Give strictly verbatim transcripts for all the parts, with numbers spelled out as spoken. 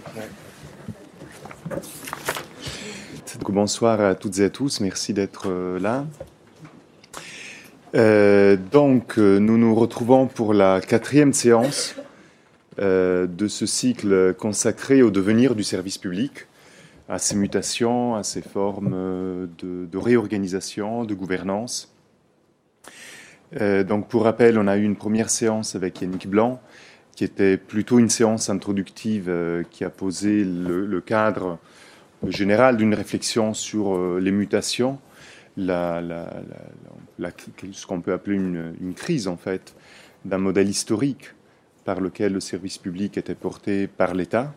Bonsoir à toutes et à tous, merci d'être là. Euh, donc, nous nous retrouvons pour la quatrième séance euh, de ce cycle consacré au devenir du service public, à ses mutations, à ses formes de, de réorganisation, de gouvernance. Euh, donc, pour rappel, on a eu une première séance avec Yannick Blanc, qui était plutôt une séance introductive euh, qui a posé le, le cadre général d'une réflexion sur euh, les mutations, la, la, la, la, ce qu'on peut appeler une, une crise, en fait, d'un modèle historique par lequel le service public était porté par l'État.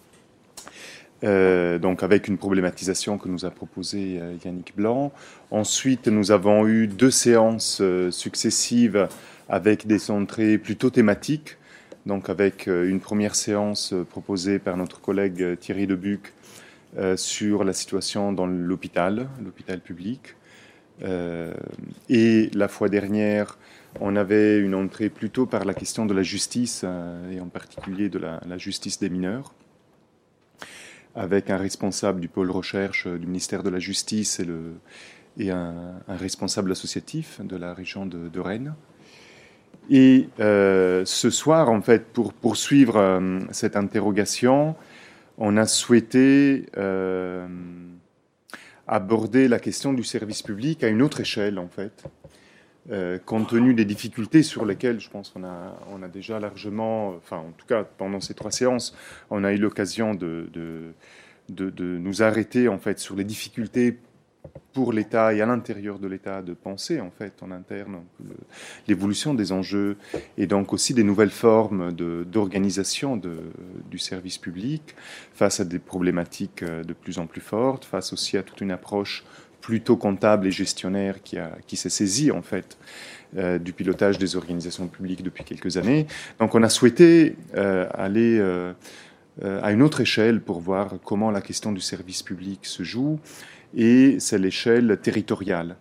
Euh, donc avec une problématisation que nous a proposée euh, Yannick Blanc. Ensuite, nous avons eu deux séances euh, successives avec des entrées plutôt thématiques. Donc avec euh, une première séance euh, proposée par notre collègue euh, Thierry Debuc euh, sur la situation dans l'hôpital, l'hôpital public. Euh, et la fois dernière, on avait une entrée plutôt par la question de la justice, euh, et en particulier de la, la justice des mineurs, avec un responsable du pôle recherche du ministère de la Justice et, le, et un, un responsable associatif de la région de, de Rennes. Et euh, ce soir, en fait, pour poursuivre euh, cette interrogation, on a souhaité euh, aborder la question du service public à une autre échelle, en fait, euh, compte tenu des difficultés sur lesquelles, je pense qu'on a, on a déjà largement, enfin, en tout cas, pendant ces trois séances, on a eu l'occasion de, de, de, de nous arrêter, en fait, sur les difficultés pour l'État et à l'intérieur de l'État de penser, en fait, en interne, l'évolution des enjeux et donc aussi des nouvelles formes de, d'organisation de, du service public face à des problématiques de plus en plus fortes, face aussi à toute une approche plutôt comptable et gestionnaire qui, a, qui s'est saisi, en fait, euh, du pilotage des organisations publiques depuis quelques années. Donc on a souhaité euh, aller euh, euh, à une autre échelle pour voir comment la question du service public se joue, et c'est l'échelle territoriale,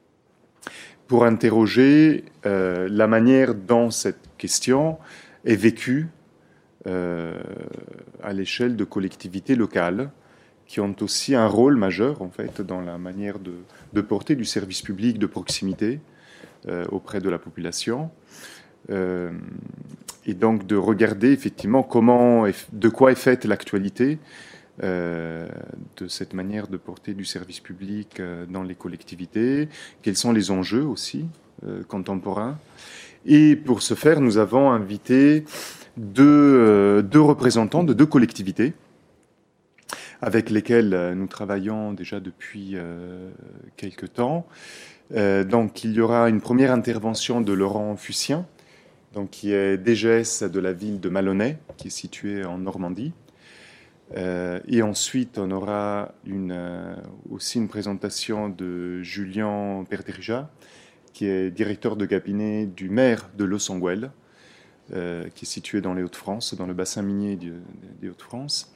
pour interroger euh, la manière dont cette question est vécue euh, à l'échelle de collectivités locales, qui ont aussi un rôle majeur, en fait, dans la manière de, de porter du service public de proximité euh, auprès de la population. Euh, et donc de regarder, effectivement, comment, de quoi est faite l'actualité euh, de cette manière de porter du service public euh, dans les collectivités, quels sont les enjeux aussi euh, contemporains. Et pour ce faire, nous avons invité deux, euh, deux représentants de deux collectivités, avec lesquels nous travaillons déjà depuis euh, quelque temps. Euh, donc, il y aura une première intervention de Laurent Fussien, donc, qui est D G S de la ville de Maloney, qui est située en Normandie. Euh, et ensuite, on aura une, euh, aussi une présentation de Julien Perderija, qui est directeur de cabinet du maire de Loos-en-Gouel, euh, qui est situé dans les Hauts-de-France, dans le bassin minier de, de, des Hauts-de-France.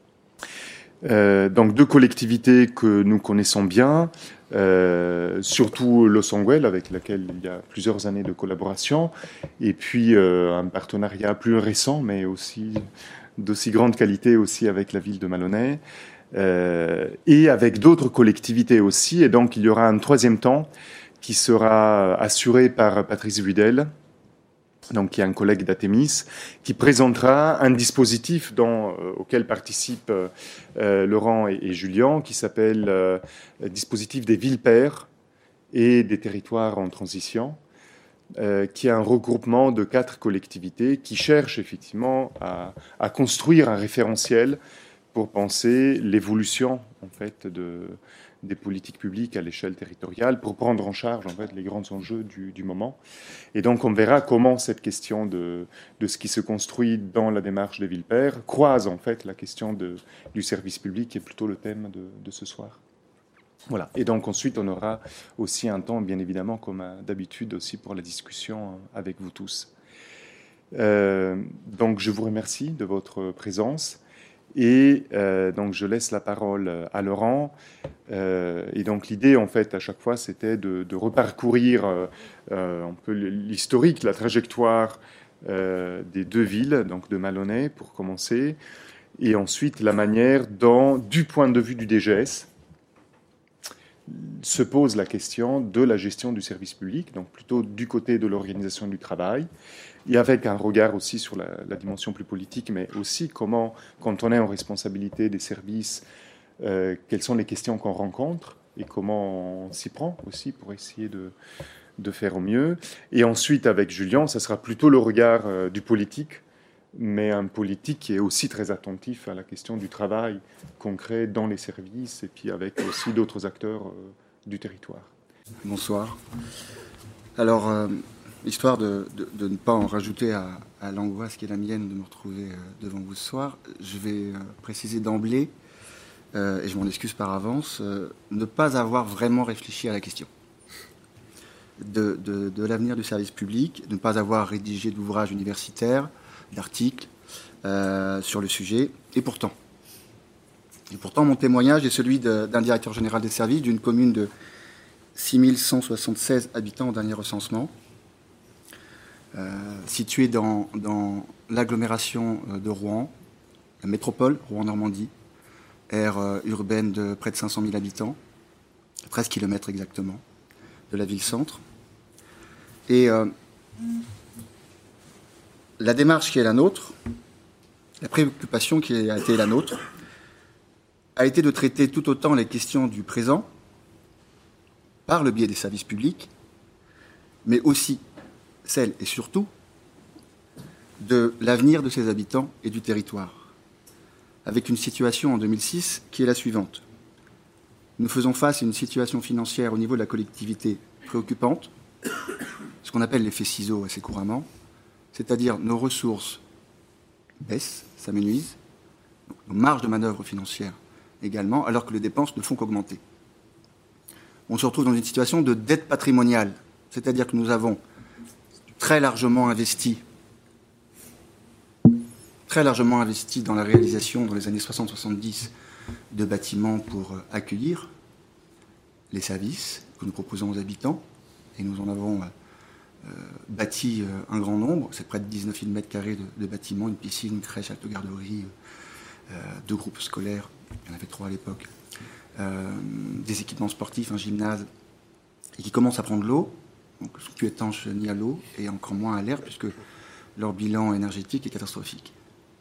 Euh, donc deux collectivités que nous connaissons bien, euh, surtout Loos-en-Gouel, avec laquelle il y a plusieurs années de collaboration, et puis euh, un partenariat plus récent, mais aussi d'aussi grande qualité aussi avec la ville de Maloney, euh, et avec d'autres collectivités aussi. Et donc il y aura un troisième temps qui sera assuré par Patrice Budel, donc qui est un collègue d'Atémis, qui présentera un dispositif dont, euh, auquel participent euh, Laurent et, et Julien, qui s'appelle euh, dispositif des villes pairs et des territoires en transition, euh, qui est un regroupement de quatre collectivités qui cherchent effectivement à, à construire un référentiel pour penser l'évolution, en fait, de, des politiques publiques à l'échelle territoriale, pour prendre en charge, en fait, les grands enjeux du, du moment. Et donc, on verra comment cette question de, de ce qui se construit dans la démarche des villes pairs croise, en fait, la question de, du service public, qui est plutôt le thème de, de ce soir. Voilà. Et donc, ensuite, on aura aussi un temps, bien évidemment, comme d'habitude, aussi pour la discussion avec vous tous. Euh, donc, je vous remercie de votre présence. Et euh, donc, je laisse la parole à Laurent. Euh, et donc, l'idée, en fait, à chaque fois, c'était de, de reparcourir euh, un peu l'historique, la trajectoire euh, des deux villes, donc de Maloney, pour commencer, et ensuite la manière dont, du point de vue du D G S, se pose la question de la gestion du service public, donc plutôt du côté de l'organisation du travail, et avec un regard aussi sur la, la dimension plus politique, mais aussi comment, quand on est en responsabilité des services, euh, quelles sont les questions qu'on rencontre et comment on s'y prend aussi pour essayer de, de faire au mieux. Et ensuite, avec Julien, ça sera plutôt le regard euh, du politique, mais un politique qui est aussi très attentif à la question du travail concret dans les services et puis avec aussi d'autres acteurs euh, du territoire. Bonsoir. Alors, euh, histoire de, de, de ne pas en rajouter à, à l'angoisse qui est la mienne de me retrouver euh, devant vous ce soir, je vais euh, préciser d'emblée, euh, et je m'en excuse par avance, euh, ne pas avoir vraiment réfléchi à la question de, de, de l'avenir du service public, de ne pas avoir rédigé d'ouvrages universitaires, d'articles euh, sur le sujet, et pourtant. Et pourtant, mon témoignage est celui de, d'un directeur général des services d'une commune de six mille cent soixante-seize habitants au dernier recensement, euh, située dans, dans l'agglomération de Rouen, la métropole, Rouen-Normandie, aire euh, urbaine de près de cinq cent mille habitants, treize kilomètres exactement, de la ville-centre. Et euh, la démarche qui est la nôtre, la préoccupation qui a été la nôtre, a été de traiter tout autant les questions du présent, par le biais des services publics, mais aussi celles et surtout de l'avenir de ses habitants et du territoire, avec une situation en deux mille six qui est la suivante. Nous faisons face à une situation financière au niveau de la collectivité préoccupante, ce qu'on appelle l'effet ciseau assez couramment, c'est-à-dire nos ressources baissent, s'amenuisent, nos marges de manœuvre financières également, alors que les dépenses ne font qu'augmenter. On se retrouve dans une situation de dette patrimoniale, c'est-à-dire que nous avons très largement investi, très largement investi dans la réalisation, dans les années soixante soixante-dix, de bâtiments pour accueillir les services que nous proposons aux habitants, et nous en avons Euh, bâti euh, un grand nombre, c'est près de dix-neuf mille mètres carrés de, de bâtiments, une piscine, une crèche, halte-garderie, euh, deux groupes scolaires, il y en avait trois à l'époque, euh, des équipements sportifs, un gymnase, et qui commencent à prendre l'eau, donc ne sont plus étanches ni à l'eau, et encore moins à l'air, puisque leur bilan énergétique est catastrophique.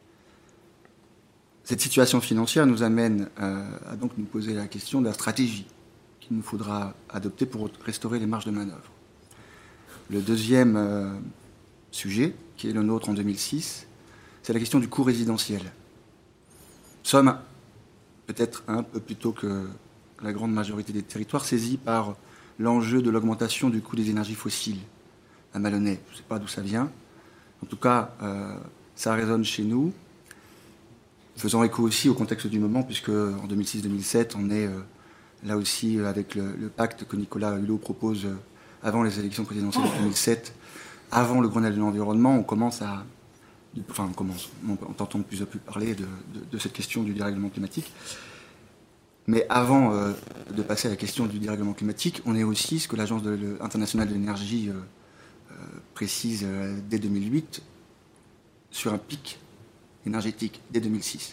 Cette situation financière nous amène euh, à donc nous poser la question de la stratégie qu'il nous faudra adopter pour restaurer les marges de manœuvre. Le deuxième euh, sujet, qui est le nôtre en deux mille six, c'est la question du coût résidentiel. Nous sommes, peut-être un peu plus tôt que la grande majorité des territoires, saisis par l'enjeu de l'augmentation du coût des énergies fossiles à Malonnais. Je ne sais pas d'où ça vient. En tout cas, euh, ça résonne chez nous, faisant écho aussi au contexte du moment, puisque en deux mille six deux mille sept, on est euh, là aussi avec le, le pacte que Nicolas Hulot propose euh, avant les élections présidentielles de deux mille sept, avant le Grenelle de l'environnement, on commence à... Enfin, on commence, on entend de plus en plus parler de, de, de cette question du dérèglement climatique. Mais avant euh, de passer à la question du dérèglement climatique, on est aussi, ce que l'Agence de, le, internationale de l'énergie euh, euh, précise euh, dès deux mille huit, sur un pic énergétique dès deux mille six.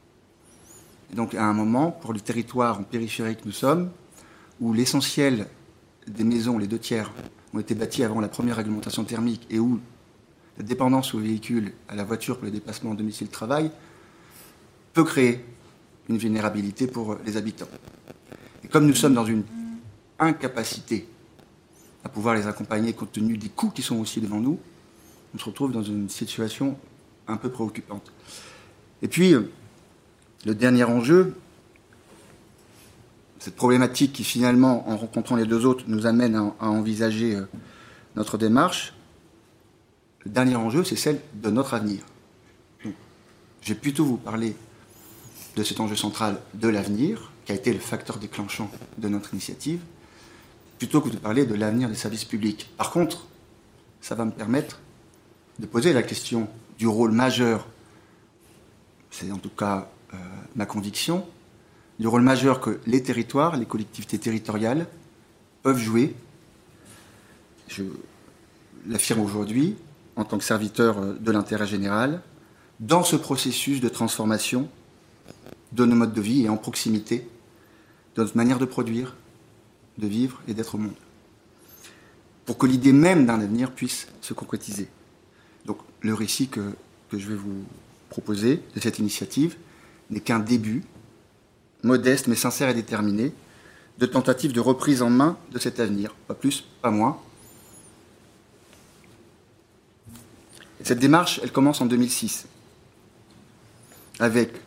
Et donc, à un moment, pour le territoire en périphérie que nous sommes, où l'essentiel des maisons, les deux tiers, ont été bâtis avant la première réglementation thermique et où la dépendance aux véhicules, à la voiture pour les déplacements domicile-travail, peut créer une vulnérabilité pour les habitants. Et comme nous sommes dans une incapacité à pouvoir les accompagner compte tenu des coûts qui sont aussi devant nous, on se retrouve dans une situation un peu préoccupante. Et puis, le dernier enjeu, cette problématique qui finalement, en rencontrant les deux autres, nous amène à, à envisager euh, notre démarche. Le dernier enjeu, c'est celle de notre avenir. Donc, je vais plutôt vous parler de cet enjeu central de l'avenir, qui a été le facteur déclenchant de notre initiative, plutôt que de parler de l'avenir des services publics. Par contre, ça va me permettre de poser la question du rôle majeur, c'est en tout cas euh, ma conviction, du rôle majeur que les territoires, les collectivités territoriales peuvent jouer, je l'affirme aujourd'hui, en tant que serviteur de l'intérêt général, dans ce processus de transformation de nos modes de vie et en proximité de notre manière de produire, de vivre et d'être au monde, pour que l'idée même d'un avenir puisse se concrétiser. Donc le récit que, que je vais vous proposer de cette initiative n'est qu'un début, modeste mais sincère et déterminé, de tentative de reprise en main de cet avenir, pas plus, pas moins. Et cette démarche, elle commence en deux mille six, avec,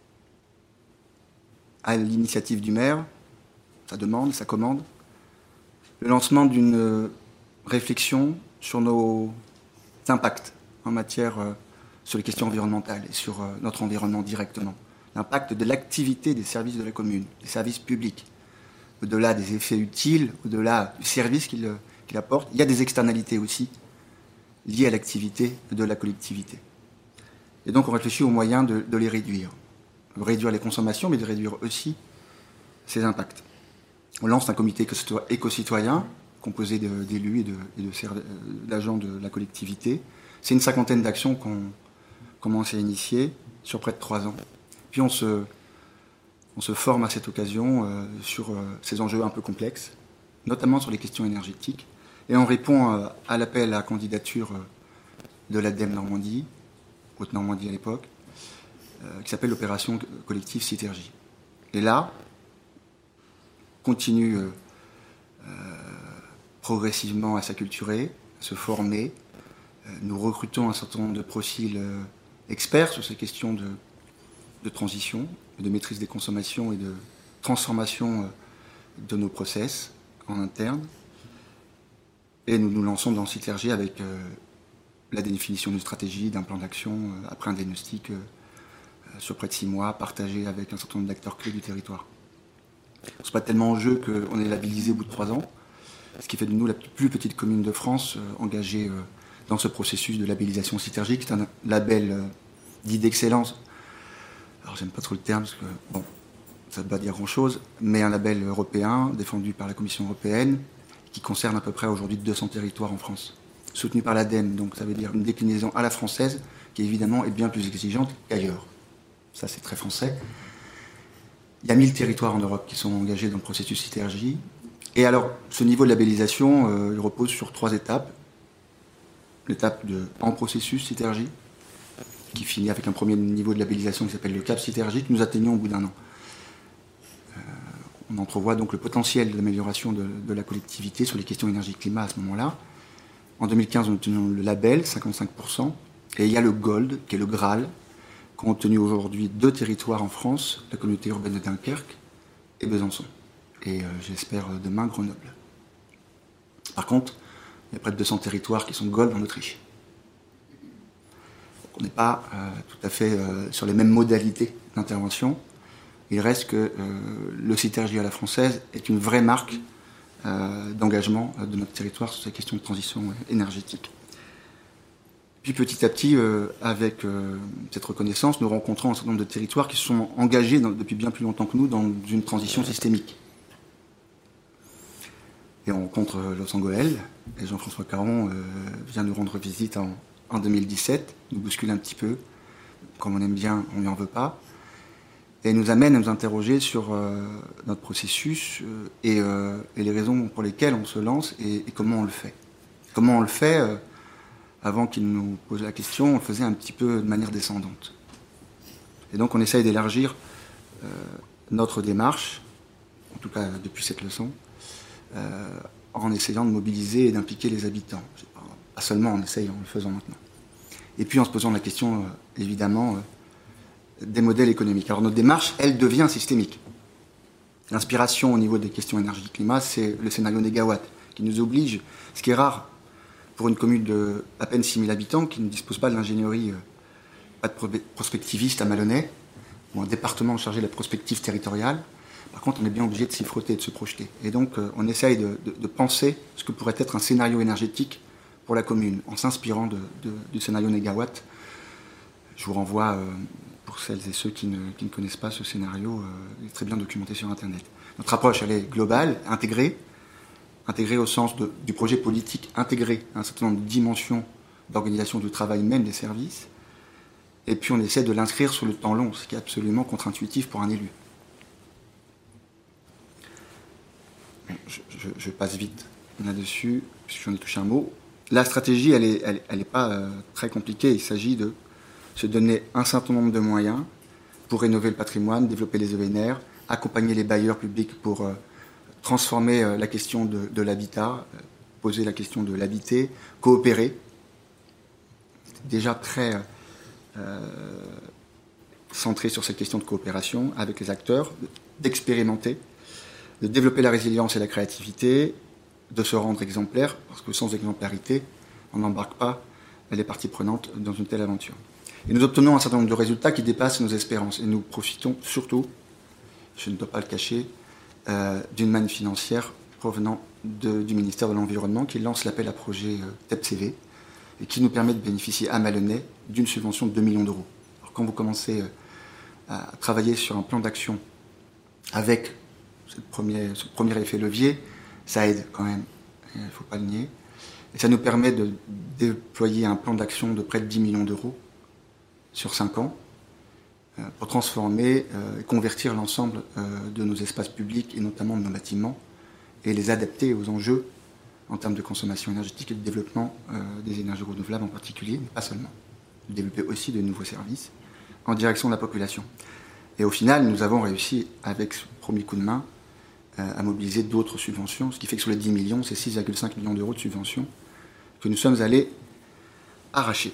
à l'initiative du maire, sa demande, sa commande, le lancement d'une réflexion sur nos impacts en matière, euh, sur les questions environnementales et sur euh, notre environnement directement. L'impact de l'activité des services de la commune, des services publics, au-delà des effets utiles, au-delà du service qu'il qu'il apporte, il y a des externalités aussi liées à l'activité de la collectivité. Et donc on réfléchit aux moyens de, de les réduire. De réduire les consommations, mais de réduire aussi ces impacts. On lance un comité éco-citoyen composé de, d'élus et, de, et de, d'agents de la collectivité. C'est une cinquantaine d'actions qu'on commence à initier sur près de trois ans. Puis on se, on se forme à cette occasion euh, sur euh, ces enjeux un peu complexes, notamment sur les questions énergétiques. Et on répond euh, à l'appel à candidature euh, de l'ADEME Normandie, Haute-Normandie à l'époque, euh, qui s'appelle l'opération collective Citergie. Et là, continue euh, euh, progressivement à s'acculturer, à se former. Euh, nous recrutons un certain nombre de profils euh, experts sur ces questions de, de transition, de maîtrise des consommations et de transformation euh, de nos process en interne. Et nous nous lançons dans Citergie avec euh, la définition d'une stratégie, d'un plan d'action, euh, après un diagnostic euh, euh, sur près de six mois, partagé avec un certain nombre d'acteurs clés du territoire. On n'est pas tellement en jeu qu'on est labellisé au bout de trois ans, ce qui fait de nous la plus petite commune de France euh, engagée euh, dans ce processus de labellisation Citergie, qui est un label euh, dit d'excellence. Alors j'aime pas trop le terme, parce que bon, ça ne veut pas dire grand-chose, mais un label européen, défendu par la Commission européenne, qui concerne à peu près aujourd'hui deux cents territoires en France, soutenu par l'ADEME, donc ça veut dire une déclinaison à la française, qui évidemment est bien plus exigeante qu'ailleurs. Ça c'est très français. Il y a mille territoires en Europe qui sont engagés dans le processus Citergie. Et alors, ce niveau de labellisation, euh, il repose sur trois étapes. L'étape de en processus Citergie, qui finit avec un premier niveau de labellisation qui s'appelle le cap Citergie, que nous atteignons au bout d'un an. Euh, on entrevoit donc le potentiel d'amélioration de, de la collectivité sur les questions énergie-climat à ce moment-là. En deux mille quinze, on a obtenu le label, cinquante-cinq pour cent. Et il y a le Gold, qui est le Graal, qu'ont obtenu aujourd'hui deux territoires en France, la communauté urbaine de Dunkerque et Besançon. Et euh, j'espère demain Grenoble. Par contre, il y a près de deux cents territoires qui sont gold en Autriche. Donc on n'est pas euh, tout à fait euh, sur les mêmes modalités d'intervention. Il reste que euh, le Citergie à la française est une vraie marque euh, d'engagement de notre territoire sur ces questions de transition énergétique. Puis petit à petit, euh, avec euh, cette reconnaissance, nous rencontrons un certain nombre de territoires qui se sont engagés dans, depuis bien plus longtemps que nous dans une transition systémique. Et on rencontre euh, Los Angeles, et Jean-François Caron euh, vient nous rendre visite en, en deux mille dix-sept, nous bouscule un petit peu, comme on aime bien, on n'y en veut pas, et nous amène à nous interroger sur euh, notre processus euh, et, euh, et les raisons pour lesquelles on se lance et, et comment on le fait. Comment on le fait euh, Avant qu'il nous pose la question, on le faisait un petit peu de manière descendante. Et donc on essaye d'élargir euh, notre démarche, en tout cas depuis cette leçon, euh, en essayant de mobiliser et d'impliquer les habitants. Pas, pas seulement en essayant, en le faisant maintenant. Et puis en se posant la question, euh, évidemment, euh, des modèles économiques. Alors notre démarche, elle devient systémique. L'inspiration au niveau des questions énergie-climat, c'est le scénario négawatt, qui nous oblige, ce qui est rare, pour une commune de à peine six mille habitants qui ne dispose pas de l'ingénierie, euh, pas de prospectiviste à Malonnet, ou un département chargé de la prospective territoriale. Par contre, on est bien obligé de s'y frotter, de se projeter. Et donc, euh, on essaye de, de, de penser ce que pourrait être un scénario énergétique pour la commune, en s'inspirant de, de, du scénario négawatt. Je vous renvoie, euh, pour celles et ceux qui ne, qui ne connaissent pas ce scénario, euh, il est très bien documenté sur Internet. Notre approche, elle est globale, intégrée, intégré au sens de, du projet politique intégré à un certain nombre de dimensions d'organisation du travail même des services, et puis on essaie de l'inscrire sur le temps long, ce qui est absolument contre-intuitif pour un élu. Bon, je, je, je passe vite là-dessus, puisque j'en ai touché un mot. La stratégie, elle n'est elle, elle est pas euh, très compliquée. Il s'agit de se donner un certain nombre de moyens pour rénover le patrimoine, développer les E N R, accompagner les bailleurs publics pour euh, transformer euh, la question de, de l'habitat, euh, poser la question de l'habiter, coopérer. C'est déjà très euh, centré sur cette question de coopération avec les acteurs, d'expérimenter, de développer la résilience et la créativité, de se rendre exemplaire, parce que sans exemplarité, on n'embarque pas les parties prenantes dans une telle aventure. Et nous obtenons un certain nombre de résultats qui dépassent nos espérances. Et nous profitons surtout, je ne dois pas le cacher, euh, d'une manne financière provenant de, du ministère de l'Environnement qui lance l'appel à projet euh, T E P C V et qui nous permet de bénéficier à Malonnet d'une subvention de deux millions d'euros. Alors quand vous commencez euh, à travailler sur un plan d'action avec ce premier, ce premier effet levier, ça aide quand même, il ne faut pas le nier. Et ça nous permet de déployer un plan d'action de près de dix millions d'euros sur cinq ans euh, pour transformer euh, et convertir l'ensemble euh, de nos espaces publics et notamment de nos bâtiments et les adapter aux enjeux en termes de consommation énergétique et de développement euh, des énergies renouvelables en particulier, mais pas seulement. Développer aussi de nouveaux services en direction de la population. Et au final, nous avons réussi, avec ce premier coup de main, euh, à mobiliser d'autres subventions, ce qui fait que sur les dix millions, c'est six virgule cinq millions d'euros de subventions que nous sommes allés arracher.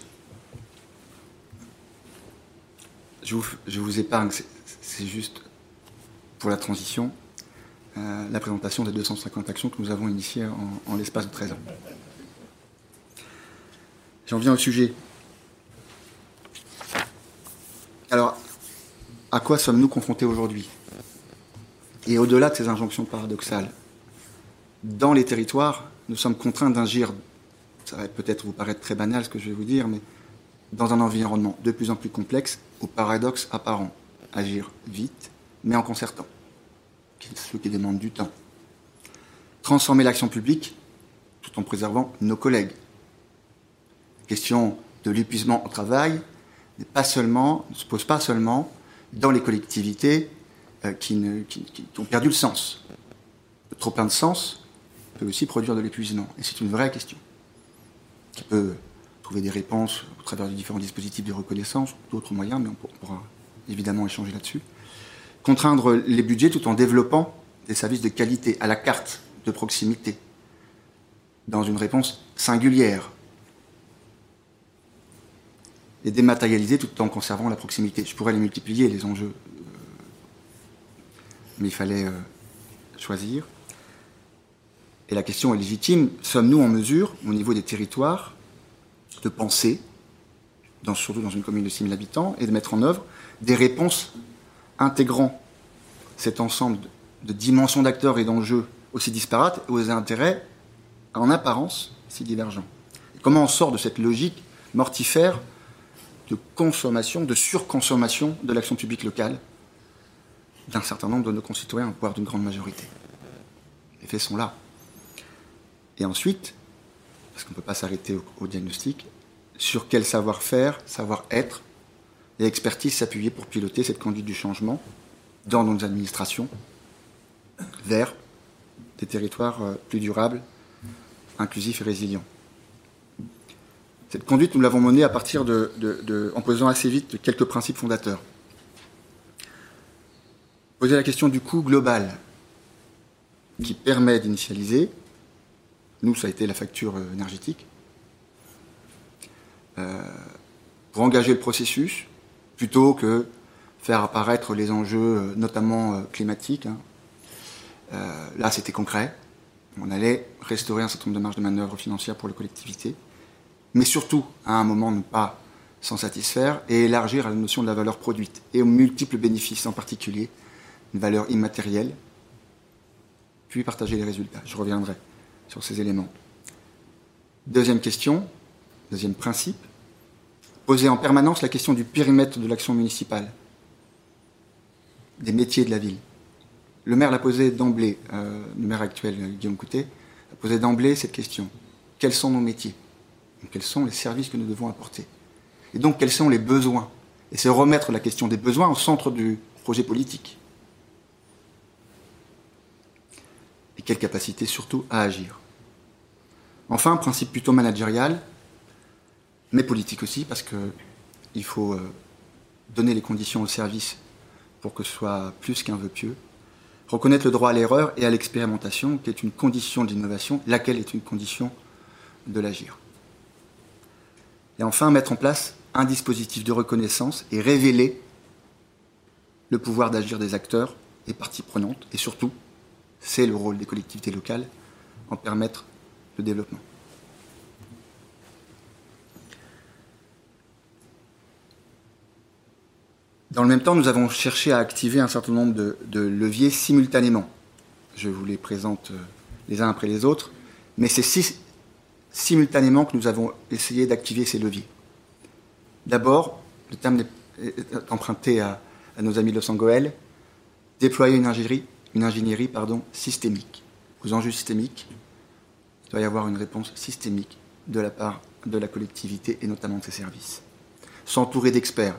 Je vous, je vous épargne, c'est juste pour la transition, euh, la présentation des deux cent cinquante actions que nous avons initiées en, en l'espace de treize ans. J'en viens au sujet. Alors, à quoi sommes-nous confrontés aujourd'hui? Et au-delà de ces injonctions paradoxales, dans les territoires, nous sommes contraints d'agir, ça va peut-être vous paraître très banal ce que je vais vous dire, mais dans un environnement de plus en plus complexe, au paradoxe apparent. Agir vite, mais en concertant, ce qui demande du temps. Transformer l'action publique tout en préservant nos collègues. La question de l'épuisement au travail n'est pas seulement, ne se pose pas seulement dans les collectivités euh, qui, ne, qui, qui ont perdu le sens. Le trop plein de sens peut aussi produire de l'épuisement, et c'est une vraie question qui peut trouver des réponses au travers de différents dispositifs de reconnaissance, d'autres moyens, mais on pourra évidemment échanger là-dessus. Contraindre les budgets tout en développant des services de qualité à la carte, de proximité, dans une réponse singulière. Et dématérialiser tout en conservant la proximité. Je pourrais les multiplier, les enjeux, mais il fallait choisir. Et la question est légitime. Sommes-nous en mesure, au niveau des territoires, de penser, dans, surtout dans une commune de six mille habitants, et de mettre en œuvre des réponses intégrant cet ensemble de, de dimensions d'acteurs et d'enjeux aussi disparates et aux intérêts, en apparence, si divergents. Et comment on sort de cette logique mortifère de consommation, de surconsommation de l'action publique locale d'un certain nombre de nos concitoyens, voire d'une grande majorité. Les faits sont là. Et ensuite, parce qu'on ne peut pas s'arrêter au, au diagnostic, sur quel savoir-faire, savoir-être et expertise s'appuyer pour piloter cette conduite du changement dans nos administrations vers des territoires plus durables, inclusifs et résilients. Cette conduite, nous l'avons menée à partir de, de, de, en posant assez vite quelques principes fondateurs. Poser la question du coût global qui permet d'initialiser. Nous, ça a été la facture énergétique. Euh, pour engager le processus, plutôt que faire apparaître les enjeux, notamment euh, climatiques. Hein. Euh, là, c'était concret. On allait restaurer un certain nombre de marges de manœuvre financières pour les collectivités, mais surtout, à un moment, ne pas s'en satisfaire et élargir à la notion de la valeur produite et aux multiples bénéfices, en particulier une valeur immatérielle, puis partager les résultats. Je reviendrai sur ces éléments. Deuxième question, deuxième principe, poser en permanence la question du périmètre de l'action municipale, des métiers de la ville. Le maire l'a posé d'emblée, euh, le maire actuel, Guillaume Coutet, a posé d'emblée cette question. Quels sont nos métiers? Donc, quels sont les services que nous devons apporter? Et donc, quels sont les besoins Et c'est remettre la question des besoins au centre du projet politique. Et quelle capacité surtout à agir. Enfin, un principe plutôt managérial, mais politique aussi, parce qu'il faut euh, donner les conditions au service pour que ce soit plus qu'un vœu pieux. Reconnaître le droit à l'erreur et à l'expérimentation, qui est une condition de l'innovation, laquelle est une condition de l'agir. Et enfin, mettre en place un dispositif de reconnaissance et révéler le pouvoir d'agir des acteurs et parties prenantes. Et surtout, c'est le rôle des collectivités locales, en permettre le développement. Dans le même temps, nous avons cherché à activer un certain nombre de, de leviers simultanément. Je vous les présente les uns après les autres, mais c'est si, simultanément que nous avons essayé d'activer ces leviers. D'abord, le terme est emprunté à, à nos amis de Los Angeles, déployer une ingénierie, une ingénierie pardon, systémique. Aux enjeux systémiques, il doit y avoir une réponse systémique de la part de la collectivité et notamment de ses services. S'entourer d'experts,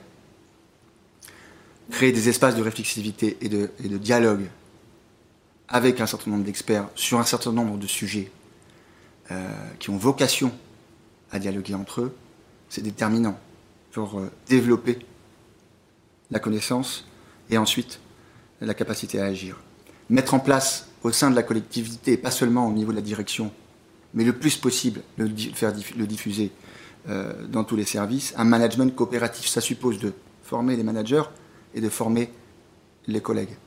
créer des espaces de réflexivité et de, et de dialogue avec un certain nombre d'experts sur un certain nombre de sujets euh, qui ont vocation à dialoguer entre eux, c'est déterminant pour euh, développer la connaissance et ensuite la capacité à agir. Mettre en place au sein de la collectivité, et pas seulement au niveau de la direction, mais le plus possible, le, faire le diffuser euh, dans tous les services, un management coopératif. Ça suppose de former les managers et de former les collègues.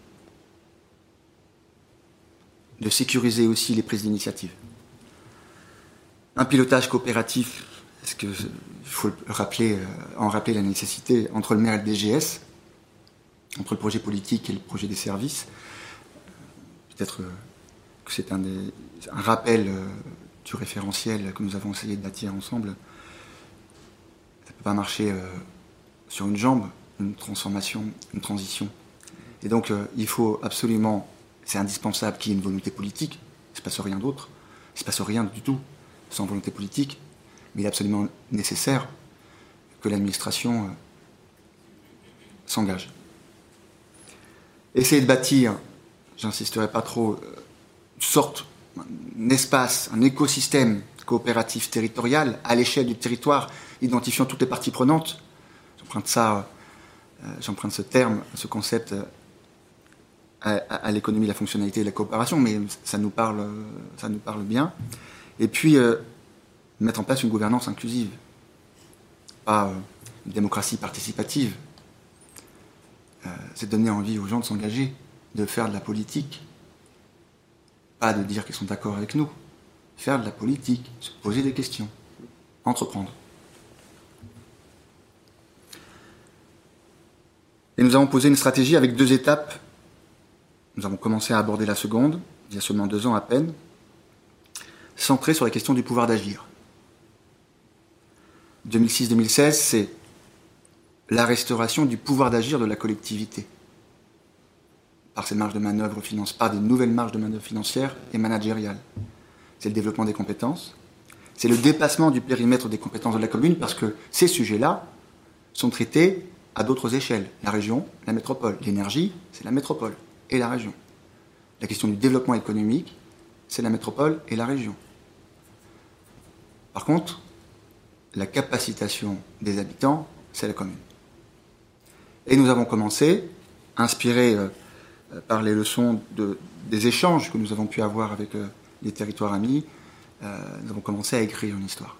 De sécuriser aussi les prises d'initiative. Un pilotage coopératif, est-ce que il faut rappeler, euh, en rappeler la nécessité entre le maire et le D G S, entre le projet politique et le projet des services. Peut-être euh, que c'est un, des, un rappel euh, du référentiel que nous avons essayé de bâtir ensemble. Ça ne peut pas marcher euh, sur une jambe, une transformation, une transition. Et donc euh, il faut absolument, c'est indispensable qu'il y ait une volonté politique. Il ne se passe rien d'autre. Il ne se passe rien du tout sans volonté politique. Mais il est absolument nécessaire que l'administration euh, s'engage. Essayer de bâtir, j'insisterai pas trop, une sorte, un espace, un écosystème coopératif territorial à l'échelle du territoire, identifiant toutes les parties prenantes. J'emprunte ça, euh, j'emprunte ce terme, ce concept euh, à, à l'économie, la fonctionnalité et la coopération, mais ça nous parle, ça nous parle bien. Et puis, euh, mettre en place une gouvernance inclusive, pas euh, une démocratie participative. Euh, c'est donner envie aux gens de s'engager, de faire de la politique, pas de dire qu'ils sont d'accord avec nous. Faire de la politique, se poser des questions, entreprendre. Et nous avons posé une stratégie avec deux étapes. Nous avons commencé à aborder la seconde, il y a seulement deux ans à peine, centrée sur la question du pouvoir d'agir. deux mille six deux mille seize, c'est la restauration du pouvoir d'agir de la collectivité par ses marges de manœuvre financières, par des nouvelles marges de manœuvre financières et managériales. C'est le développement des compétences, c'est le dépassement du périmètre des compétences de la commune, parce que ces sujets-là sont traités à d'autres échelles. La région, la métropole. L'énergie, c'est la métropole et la région. La question du développement économique, c'est la métropole et la région. Par contre, la capacitation des habitants, c'est la commune. Et nous avons commencé, inspirés euh, par les leçons de, des échanges que nous avons pu avoir avec euh, les territoires amis, euh, nous avons commencé à écrire une histoire.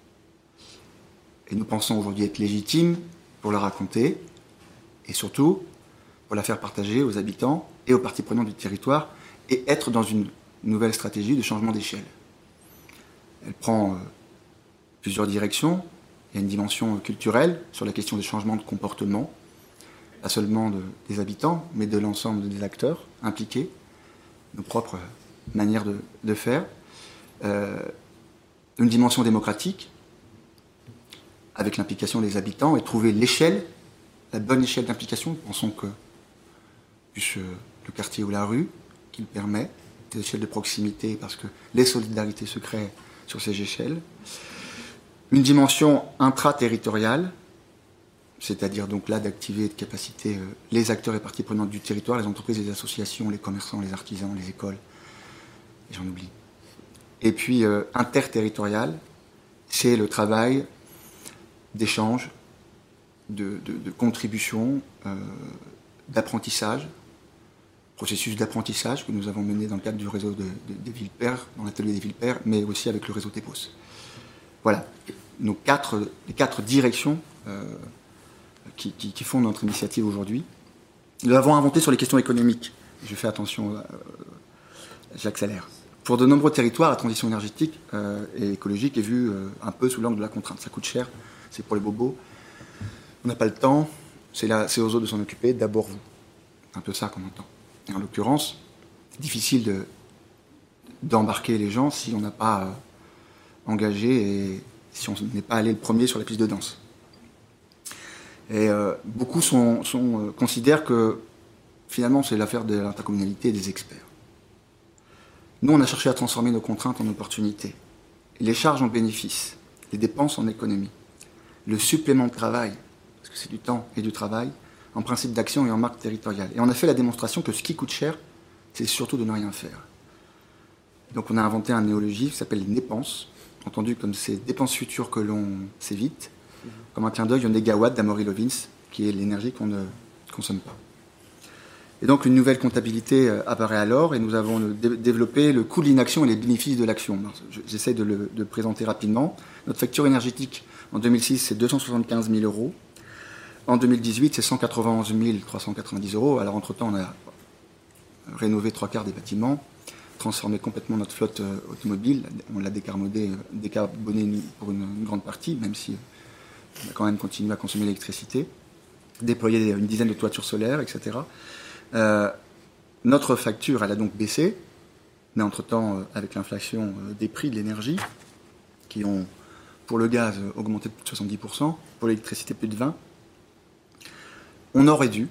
Et nous pensons aujourd'hui être légitimes pour la raconter, et surtout pour la faire partager aux habitants et aux parties prenantes du territoire, et être dans une nouvelle stratégie de changement d'échelle. Elle prend euh, plusieurs directions. Il y a une dimension culturelle sur la question des changements de comportement, pas seulement de, des habitants, mais de l'ensemble des acteurs impliqués, nos propres manières de, de faire. Euh, une dimension démocratique, avec l'implication des habitants, et trouver l'échelle, la bonne échelle d'implication. Pensons que plus euh, le quartier ou la rue, qui le permet, des échelles de proximité, parce que les solidarités se créent sur ces échelles. Une dimension intraterritoriale, c'est-à-dire donc là d'activer et de capaciter euh, les acteurs et parties prenantes du territoire, les entreprises, les associations, les commerçants, les artisans, les écoles, et j'en oublie. Et puis euh, interterritorial, c'est le travail d'échange, de, de, de contribution, euh, d'apprentissage, processus d'apprentissage que nous avons mené dans le cadre du réseau de, de, des villes pairs, dans l'atelier des villes pairs, mais aussi avec le réseau TEPOS. Voilà, nos quatre, les quatre directions euh, qui, qui, qui font notre initiative aujourd'hui. Nous l'avons inventé sur les questions économiques. Je fais attention, euh, j'accélère. Pour de nombreux territoires, la transition énergétique euh, et écologique est vue euh, un peu sous l'angle de la contrainte. Ça coûte cher, c'est pour les bobos. On n'a pas le temps, c'est, là, c'est aux autres de s'en occuper, d'abord vous. C'est un peu ça qu'on entend. Et en l'occurrence, c'est difficile de, d'embarquer les gens si on n'a pas euh, engagé et si on n'est pas allé le premier sur la piste de danse. Et euh, beaucoup sont, sont, euh, considèrent que finalement c'est l'affaire de l'intercommunalité et des experts. Nous, on a cherché à transformer nos contraintes en opportunités. Les charges en bénéfices, les dépenses en économie, le supplément de travail, parce que c'est du temps et du travail, en principe d'action et en marque territoriale. Et on a fait la démonstration que ce qui coûte cher, c'est surtout de ne rien faire. Donc on a inventé un néologisme qui s'appelle les dépenses, entendu comme ces dépenses futures que l'on s'évite, comme un clin d'œil au négawatt d'Amory Lovins, qui est l'énergie qu'on ne consomme pas. Et donc une nouvelle comptabilité apparaît alors, et nous avons dé- développé le coût de l'inaction et les bénéfices de l'action. J'essaie de le de présenter rapidement. Notre facture énergétique en deux mille six, c'est deux cent soixante-quinze mille euros. En deux mille dix-huit, c'est cent quatre-vingt-onze mille trois cent quatre-vingt-dix euros. Alors entre-temps, on a rénové trois quarts des bâtiments, transformé complètement notre flotte euh, automobile. On l'a décarboné, euh, décarboné pour une, une grande partie, même si euh, on a quand même continué à consommer l'électricité. Déployé une dizaine de toitures solaires, et cetera. Euh, notre facture, elle a donc baissé, mais entre-temps, euh, avec l'inflation euh, des prix de l'énergie, qui ont, pour le gaz, euh, augmenté de plus de soixante-dix pour cent, pour l'électricité plus de vingt pour cent, on aurait dû,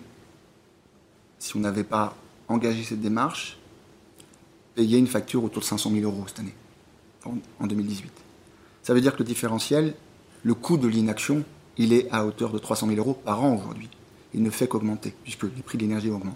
si on n'avait pas engagé cette démarche, payer une facture autour de cinq cent mille euros cette année, en, en deux mille dix-huit. Ça veut dire que le différentiel, le coût de l'inaction, il est à hauteur de trois cent mille euros par an aujourd'hui. Il ne fait qu'augmenter, puisque les prix de l'énergie augmentent.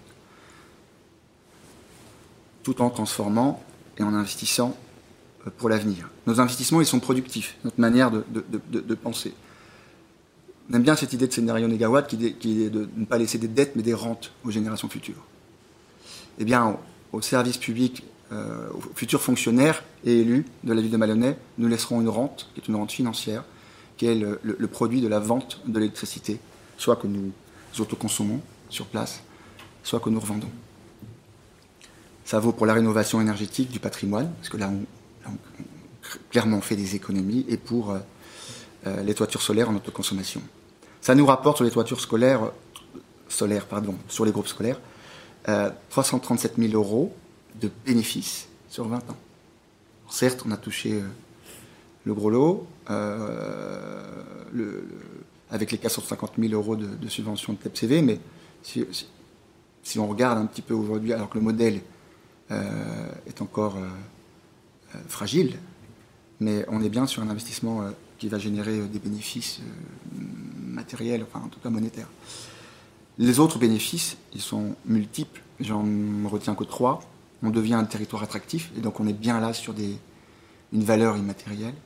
Tout en transformant et en investissant pour l'avenir. Nos investissements, ils sont productifs, notre manière de, de, de, de penser. On aime bien cette idée de scénario négawatt qui, qui est de ne pas laisser des dettes, mais des rentes aux générations futures. Eh bien, au, au service public, euh, aux futurs fonctionnaires et élus de la ville de Malonnais, nous laisserons une rente, qui est une rente financière, qui est le, le, le produit de la vente de l'électricité, soit que nous autoconsommons sur place, soit que nous revendons. Ça vaut pour la rénovation énergétique du patrimoine, parce que là, on, là, on, on clairement fait des économies, et pour euh, euh, les toitures solaires en autoconsommation. Ça nous rapporte sur les toitures scolaires, solaires, pardon, sur les groupes scolaires, euh, trois cent trente-sept mille euros de bénéfices sur vingt ans. Certes, on a touché euh, le gros lot, euh, le, le, avec les quatre cent cinquante mille euros de, de subvention de T E P C V, mais si, si, si on regarde un petit peu aujourd'hui, alors que le modèle euh, est encore euh, euh, fragile, mais on est bien sur un investissement euh, qui va générer euh, des bénéfices euh, matériels, enfin en tout cas monétaires. Les autres bénéfices, ils sont multiples, j'en retiens que trois. On devient un territoire attractif, et donc on est bien là sur des, une valeur immatérielle.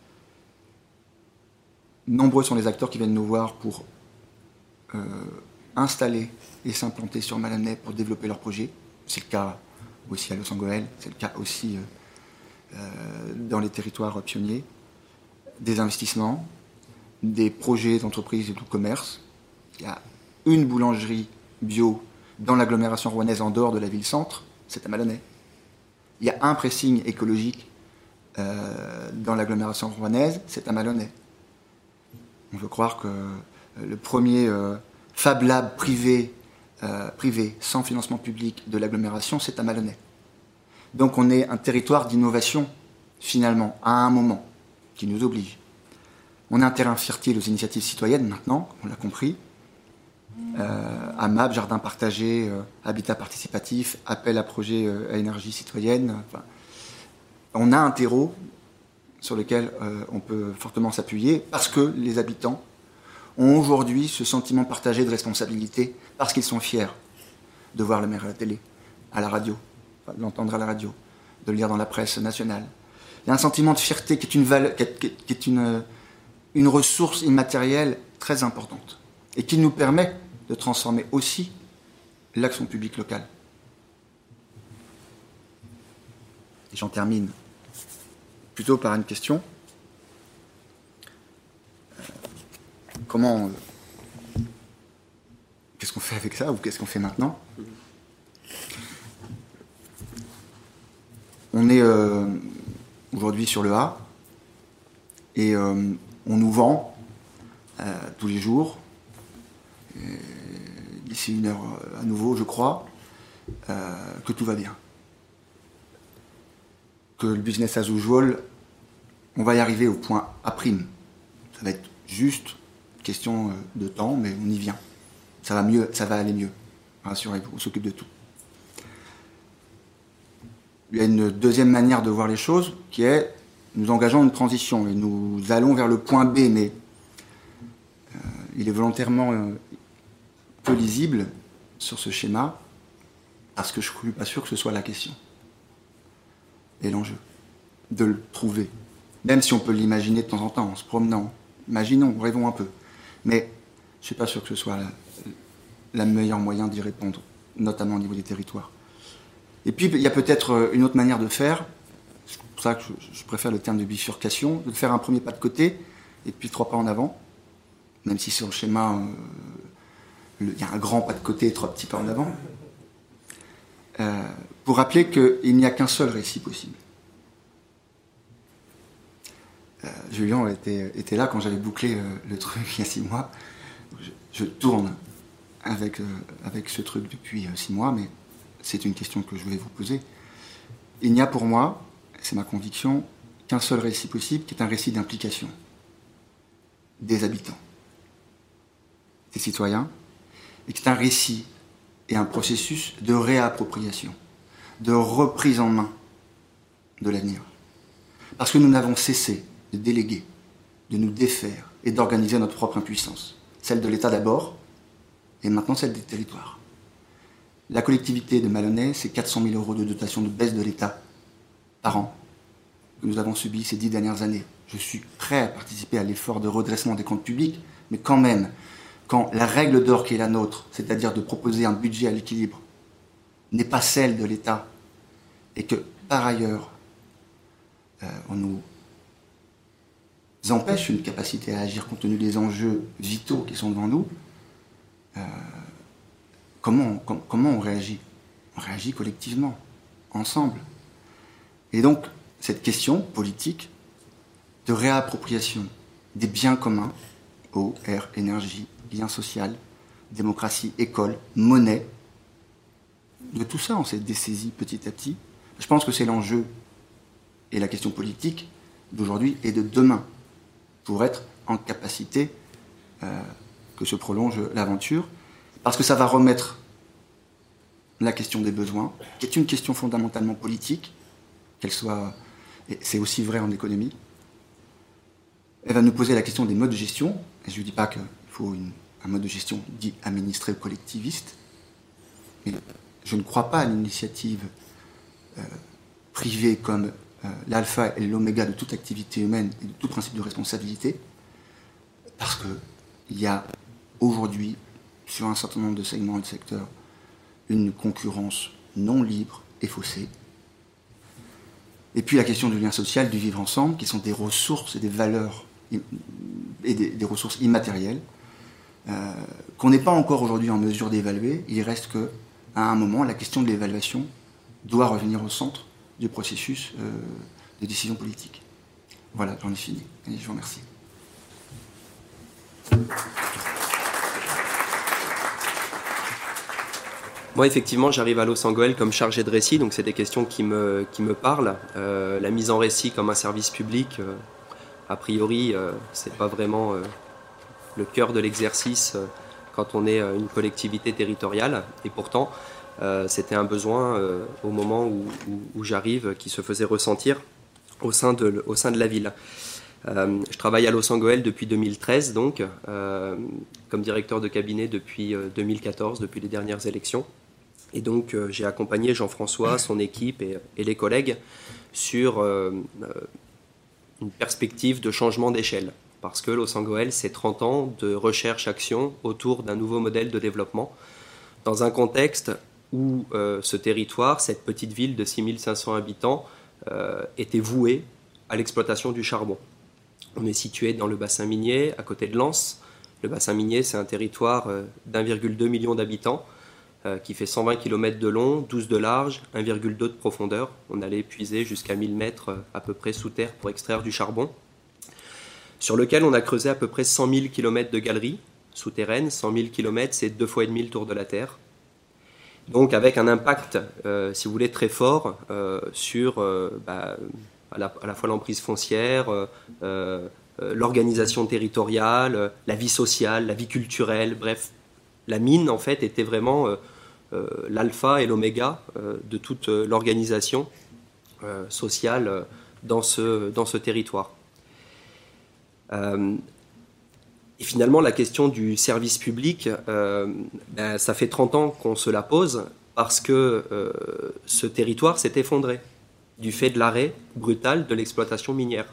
Nombreux sont les acteurs qui viennent nous voir pour euh, installer et s'implanter sur Malonnais pour développer leurs projets. C'est le cas aussi à Los Angeles, c'est le cas aussi euh, euh, dans les territoires pionniers. Des investissements, des projets d'entreprise et de commerce. Il y a une boulangerie bio dans l'agglomération rouennaise en dehors de la ville-centre, c'est à Malonnais. Il y a un pressing écologique euh, dans l'agglomération rouennaise, c'est à Malonnais. On veut croire que le premier euh, Fab Lab privé, euh, privé sans financement public de l'agglomération, c'est à Malonnais. Donc on est un territoire d'innovation, finalement, à un moment, qui nous oblige. On est un terrain fertile aux initiatives citoyennes maintenant, on l'a compris. Euh, A M A P, jardin partagé, euh, habitat participatif, appel à projet euh, à énergie citoyenne. Enfin, on a un terreau sur lequel euh, on peut fortement s'appuyer parce que les habitants ont aujourd'hui ce sentiment partagé de responsabilité parce qu'ils sont fiers de voir le maire à la télé, à la radio, de l'entendre à la radio, de le lire dans la presse nationale. Il y a un sentiment de fierté qui est une, valeur, qui est, qui est une, une ressource immatérielle très importante et qui nous permet de transformer aussi l'action publique locale. Et j'en termine plutôt par une question. Euh, comment... Euh, qu'est-ce qu'on fait avec ça ou qu'est-ce qu'on fait maintenant? On est euh, aujourd'hui sur le A et euh, on nous vend euh, tous les jours, d'ici une heure à nouveau, je crois, euh, que tout va bien. Que le business as usual, on va y arriver au point A prime. Ça va être juste une question de temps, mais on y vient. Ça va mieux, ça va aller mieux. Rassurez-vous, on s'occupe de tout. Il y a une deuxième manière de voir les choses qui est nous engageons une transition et nous allons vers le point B, mais euh, il est volontairement euh, peu lisible sur ce schéma parce que je ne suis pas sûr que ce soit la question et l'enjeu de le trouver, même si on peut l'imaginer de temps en temps en se promenant. Imaginons, rêvons un peu, mais je ne suis pas sûr que ce soit la, la meilleure moyen d'y répondre, notamment au niveau des territoires. Et puis il y a peut-être une autre manière de faire, c'est pour ça que je, je préfère le terme de bifurcation, de faire un premier pas de côté et puis trois pas en avant, même si sur le schéma euh, il y a un grand pas de côté et trois petits pas en avant, euh, pour rappeler qu'il n'y a qu'un seul récit possible. Euh, Julien était, était là quand j'avais bouclé euh, le truc il y a six mois. Je, je tourne avec, euh, avec ce truc depuis euh, six mois, mais c'est une question que je voulais vous poser. Il n'y a pour moi, c'est ma conviction, qu'un seul récit possible, qui est un récit d'implication des habitants, des citoyens, et qui est un récit et un processus de réappropriation, de reprise en main de l'avenir. Parce que nous n'avons cessé de déléguer, de nous défaire et d'organiser notre propre impuissance. Celle de l'État d'abord, et maintenant celle des territoires. La collectivité de Malonnet, c'est quatre cent mille euros de dotation de baisse de l'État par an que nous avons subi ces dix dernières années. Je suis prêt à participer à l'effort de redressement des comptes publics, mais quand même, quand la règle d'or qui est la nôtre, c'est-à-dire de proposer un budget à l'équilibre, n'est pas celle de l'État, et que, par ailleurs, euh, on nous empêche une capacité à agir compte tenu des enjeux vitaux qui sont devant nous, euh, comment, com comment on réagit? On réagit collectivement, ensemble. Et donc, cette question politique de réappropriation des biens communs, eau, air, énergie, lien social, démocratie, école, monnaie, de tout ça, on s'est dessaisi petit à petit. Je pense que c'est l'enjeu et la question politique d'aujourd'hui et de demain pour être en capacité euh, que se prolonge l'aventure, parce que ça va remettre la question des besoins, qui est une question fondamentalement politique, qu'elle soit, et c'est aussi vrai en économie. Elle va nous poser la question des modes de gestion, et je ne dis pas qu'il faut une, un mode de gestion dit administré ou collectiviste, mais je ne crois pas à l'initiative euh, privée comme euh, l'alpha et l'oméga de toute activité humaine et de tout principe de responsabilité, parce qu'il y a aujourd'hui, sur un certain nombre de segments et de secteurs, une concurrence non libre et faussée. Et puis la question du lien social, du vivre ensemble, qui sont des ressources et des valeurs et des, des ressources immatérielles, euh, qu'on n'est pas encore aujourd'hui en mesure d'évaluer. Il reste que, à un moment, la question de l'évaluation doit revenir au centre du processus euh, de décision politique. Voilà, j'en ai fini. Et je vous remercie. Moi, effectivement, j'arrive à Los Angeles comme chargé de récit, donc c'est des questions qui me, qui me parlent. Euh, la mise en récit comme un service public, euh, a priori, euh, c'est pas vraiment euh, le cœur de l'exercice euh, quand on est euh, une collectivité territoriale. Et pourtant, euh, c'était un besoin euh, au moment où, où, où j'arrive qui se faisait ressentir au sein de, au sein de la ville. Euh, je travaille à Loos-en-Gohelle depuis deux mille treize, donc, euh, comme directeur de cabinet depuis euh, deux mille quatorze, depuis les dernières élections. Et donc, euh, j'ai accompagné Jean-François, son équipe et, et les collègues sur euh, une perspective de changement d'échelle. Parce que Loos-en-Gohelle, c'est trente ans de recherche-action autour d'un nouveau modèle de développement, dans un contexte où euh, ce territoire, cette petite ville de six mille cinq cents habitants, euh, était voué à l'exploitation du charbon. On est situé dans le bassin minier, à côté de Lens. Le bassin minier, c'est un territoire d'un virgule deux million d'habitants, euh, qui fait cent vingt kilomètres de long, douze de large, un virgule deux de profondeur. On allait puiser jusqu'à mille mètres euh, à peu près sous terre pour extraire du charbon, sur lequel on a creusé à peu près cent mille kilomètres de galeries souterraines. cent mille kilomètres, c'est deux fois et demi le tour de la Terre. Donc avec un impact, euh, si vous voulez, très fort euh, sur... Euh, bah, À la, à la fois l'emprise foncière, euh, euh, l'organisation territoriale, euh, la vie sociale, la vie culturelle, bref. La mine, en fait, était vraiment euh, euh, l'alpha et l'oméga euh, de toute euh, l'organisation euh, sociale euh, dans, ce, dans ce territoire. Euh, et finalement, la question du service public, euh, ben, ça fait trente ans qu'on se la pose parce que euh, ce territoire s'est effondré du fait de l'arrêt brutal de l'exploitation minière.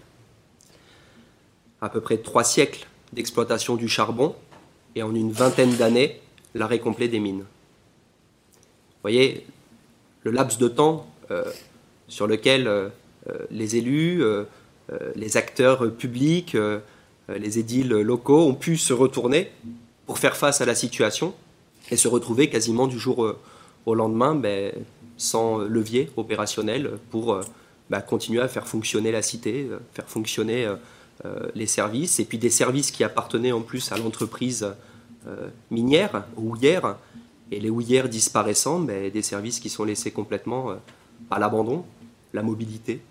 À peu près trois siècles d'exploitation du charbon et en une vingtaine d'années, l'arrêt complet des mines. Vous voyez, le laps de temps euh, sur lequel euh, les élus, euh, les acteurs publics, euh, les édiles locaux ont pu se retourner pour faire face à la situation et se retrouver quasiment du jour au lendemain, ben, sans levier opérationnel pour euh, bah, continuer à faire fonctionner la cité, euh, faire fonctionner euh, euh, les services, et puis des services qui appartenaient en plus à l'entreprise euh, minière, houillère, et les houillères disparaissant, bah, des services qui sont laissés complètement euh, à l'abandon, la mobilité.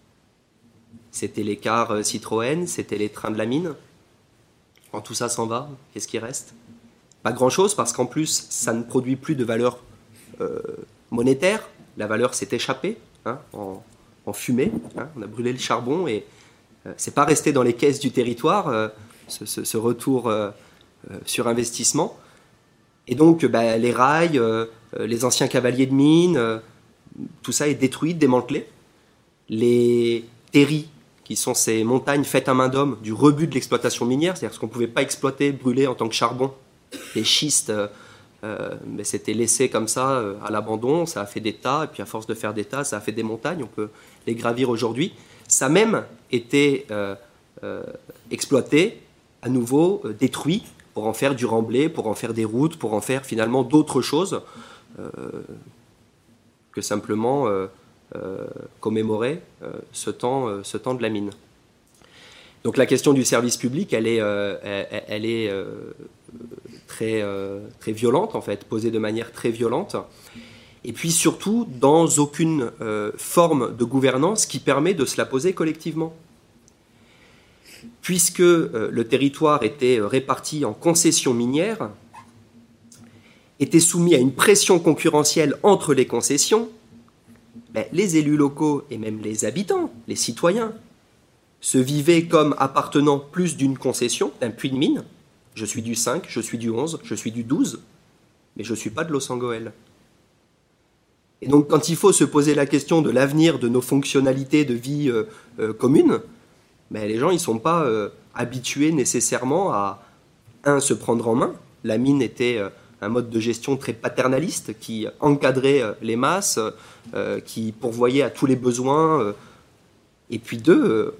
C'était les cars euh, Citroën, c'était les trains de la mine. Quand tout ça s'en va, qu'est-ce qui reste? Pas grand-chose, parce qu'en plus, ça ne produit plus de valeur euh, monétaire, la valeur s'est échappée hein, en, en fumée, hein, on a brûlé le charbon et euh, c'est pas resté dans les caisses du territoire, euh, ce, ce, ce retour euh, euh, sur investissement. Et donc bah, les rails, euh, les anciens cavaliers de mine, euh, tout ça est détruit, démantelé. Les terris, qui sont ces montagnes faites à main d'homme du rebut de l'exploitation minière, c'est-à-dire ce qu'on ne pouvait pas exploiter, brûler en tant que charbon, les schistes, euh, Euh, mais c'était laissé comme ça euh, à l'abandon, ça a fait des tas, et puis à force de faire des tas, ça a fait des montagnes, on peut les gravir aujourd'hui. Ça a même été euh, euh, exploité, à nouveau euh, détruit, pour en faire du remblai, pour en faire des routes, pour en faire finalement d'autres choses euh, que simplement euh, euh, commémorer euh, ce, temps, euh, ce temps de la mine. Donc la question du service public, elle est, euh, elle, elle est euh, très, euh, très violente, en fait, posée de manière très violente. Et puis surtout, dans aucune euh, forme de gouvernance qui permet de se la poser collectivement. Puisque euh, le territoire était réparti en concessions minières, était soumis à une pression concurrentielle entre les concessions, ben, les élus locaux et même les habitants, les citoyens, se vivaient comme appartenant plus d'une concession, d'un puits de mine. Je suis du cinq, je suis du onze, je suis du douze, mais je ne suis pas de Loos-en-Gohelle. Et donc quand il faut se poser la question de l'avenir de nos fonctionnalités de vie euh, euh, commune, ben, les gens ils ne sont pas euh, habitués nécessairement à, un, se prendre en main. La mine était euh, un mode de gestion très paternaliste qui encadrait euh, les masses, euh, qui pourvoyait à tous les besoins, euh, et puis deux, euh,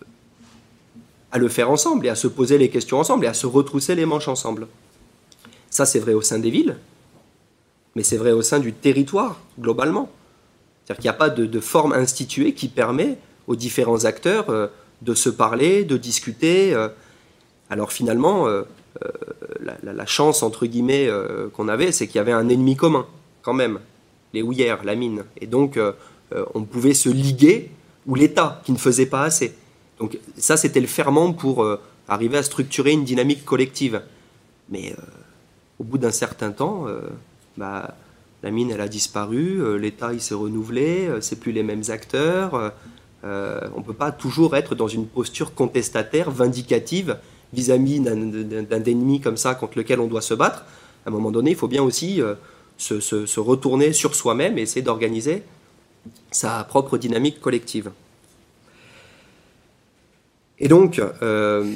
à le faire ensemble et à se poser les questions ensemble et à se retrousser les manches ensemble. Ça, c'est vrai au sein des villes, mais c'est vrai au sein du territoire, globalement. C'est-à-dire qu'il n'y a pas de, de forme instituée qui permet aux différents acteurs euh, de se parler, de discuter. Euh. Alors finalement, euh, euh, la, la, la chance, entre guillemets, euh, qu'on avait, c'est qu'il y avait un ennemi commun, quand même, les houillères, la mine. Et donc, euh, euh, on pouvait se liguer, ou l'État, qui ne faisait pas assez. Donc ça, c'était le ferment pour euh, arriver à structurer une dynamique collective. Mais euh, au bout d'un certain temps, euh, bah, la mine, elle a disparu, euh, l'État, il s'est renouvelé, euh, c'est plus les mêmes acteurs, euh, Euh, on ne peut pas toujours être dans une posture contestataire, vindicative, vis-à-vis d'un, d'un ennemi comme ça contre lequel on doit se battre. À un moment donné, il faut bien aussi euh, se, se, se retourner sur soi-même et essayer d'organiser sa propre dynamique collective. Et donc, euh,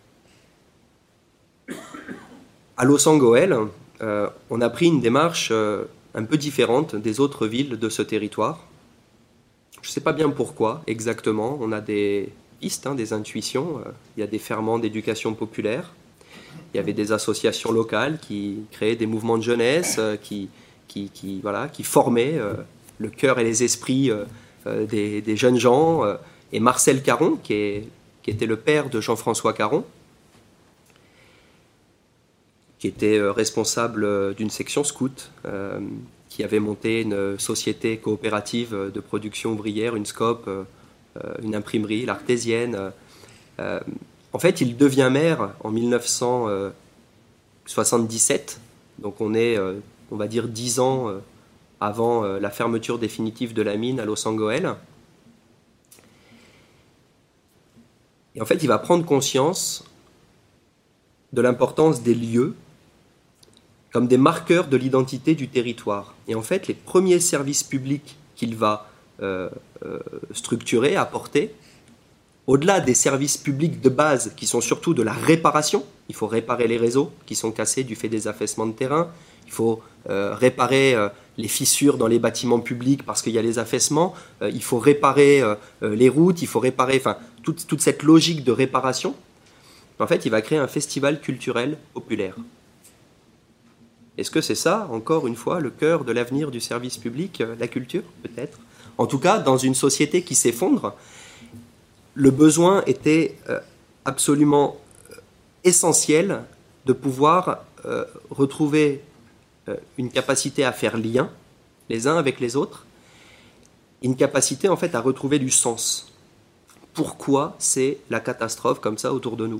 à Loos-en-Gohelle, euh, on a pris une démarche euh, un peu différente des autres villes de ce territoire. Je ne sais pas bien pourquoi exactement, on a des pistes, hein, des intuitions. Euh, il y a des ferments d'éducation populaire, il y avait des associations locales qui créaient des mouvements de jeunesse, euh, qui, qui, qui, voilà, qui formaient euh, le cœur et les esprits euh, euh, des, des jeunes gens. Euh, et Marcel Caron, qui, est, qui était le père de Jean-François Caron, qui était euh, responsable d'une section scout, euh, qui avait monté une société coopérative de production ouvrière, une SCOP, euh, une imprimerie, l'Artésienne. Euh, en fait, il devient maire en mille neuf cent soixante-dix-sept, donc on est, euh, on va dire, dix ans euh, avant euh, la fermeture définitive de la mine à Loos-en-Gohelle. Et en fait, il va prendre conscience de l'importance des lieux comme des marqueurs de l'identité du territoire. Et en fait, les premiers services publics qu'il va euh, euh, structurer, apporter, au-delà des services publics de base qui sont surtout de la réparation, il faut réparer les réseaux qui sont cassés du fait des affaissements de terrain, il faut euh, réparer euh, les fissures dans les bâtiments publics parce qu'il y a les affaissements, euh, il faut réparer euh, les routes, il faut réparer, enfin, toute, toute cette logique de réparation. En fait, il va créer un festival culturel populaire. Est-ce que c'est ça, encore une fois, le cœur de l'avenir du service public, la culture, peut-être? En tout cas, dans une société qui s'effondre, le besoin était absolument essentiel de pouvoir retrouver une capacité à faire lien les uns avec les autres, une capacité en fait à retrouver du sens. Pourquoi c'est la catastrophe comme ça autour de nous ?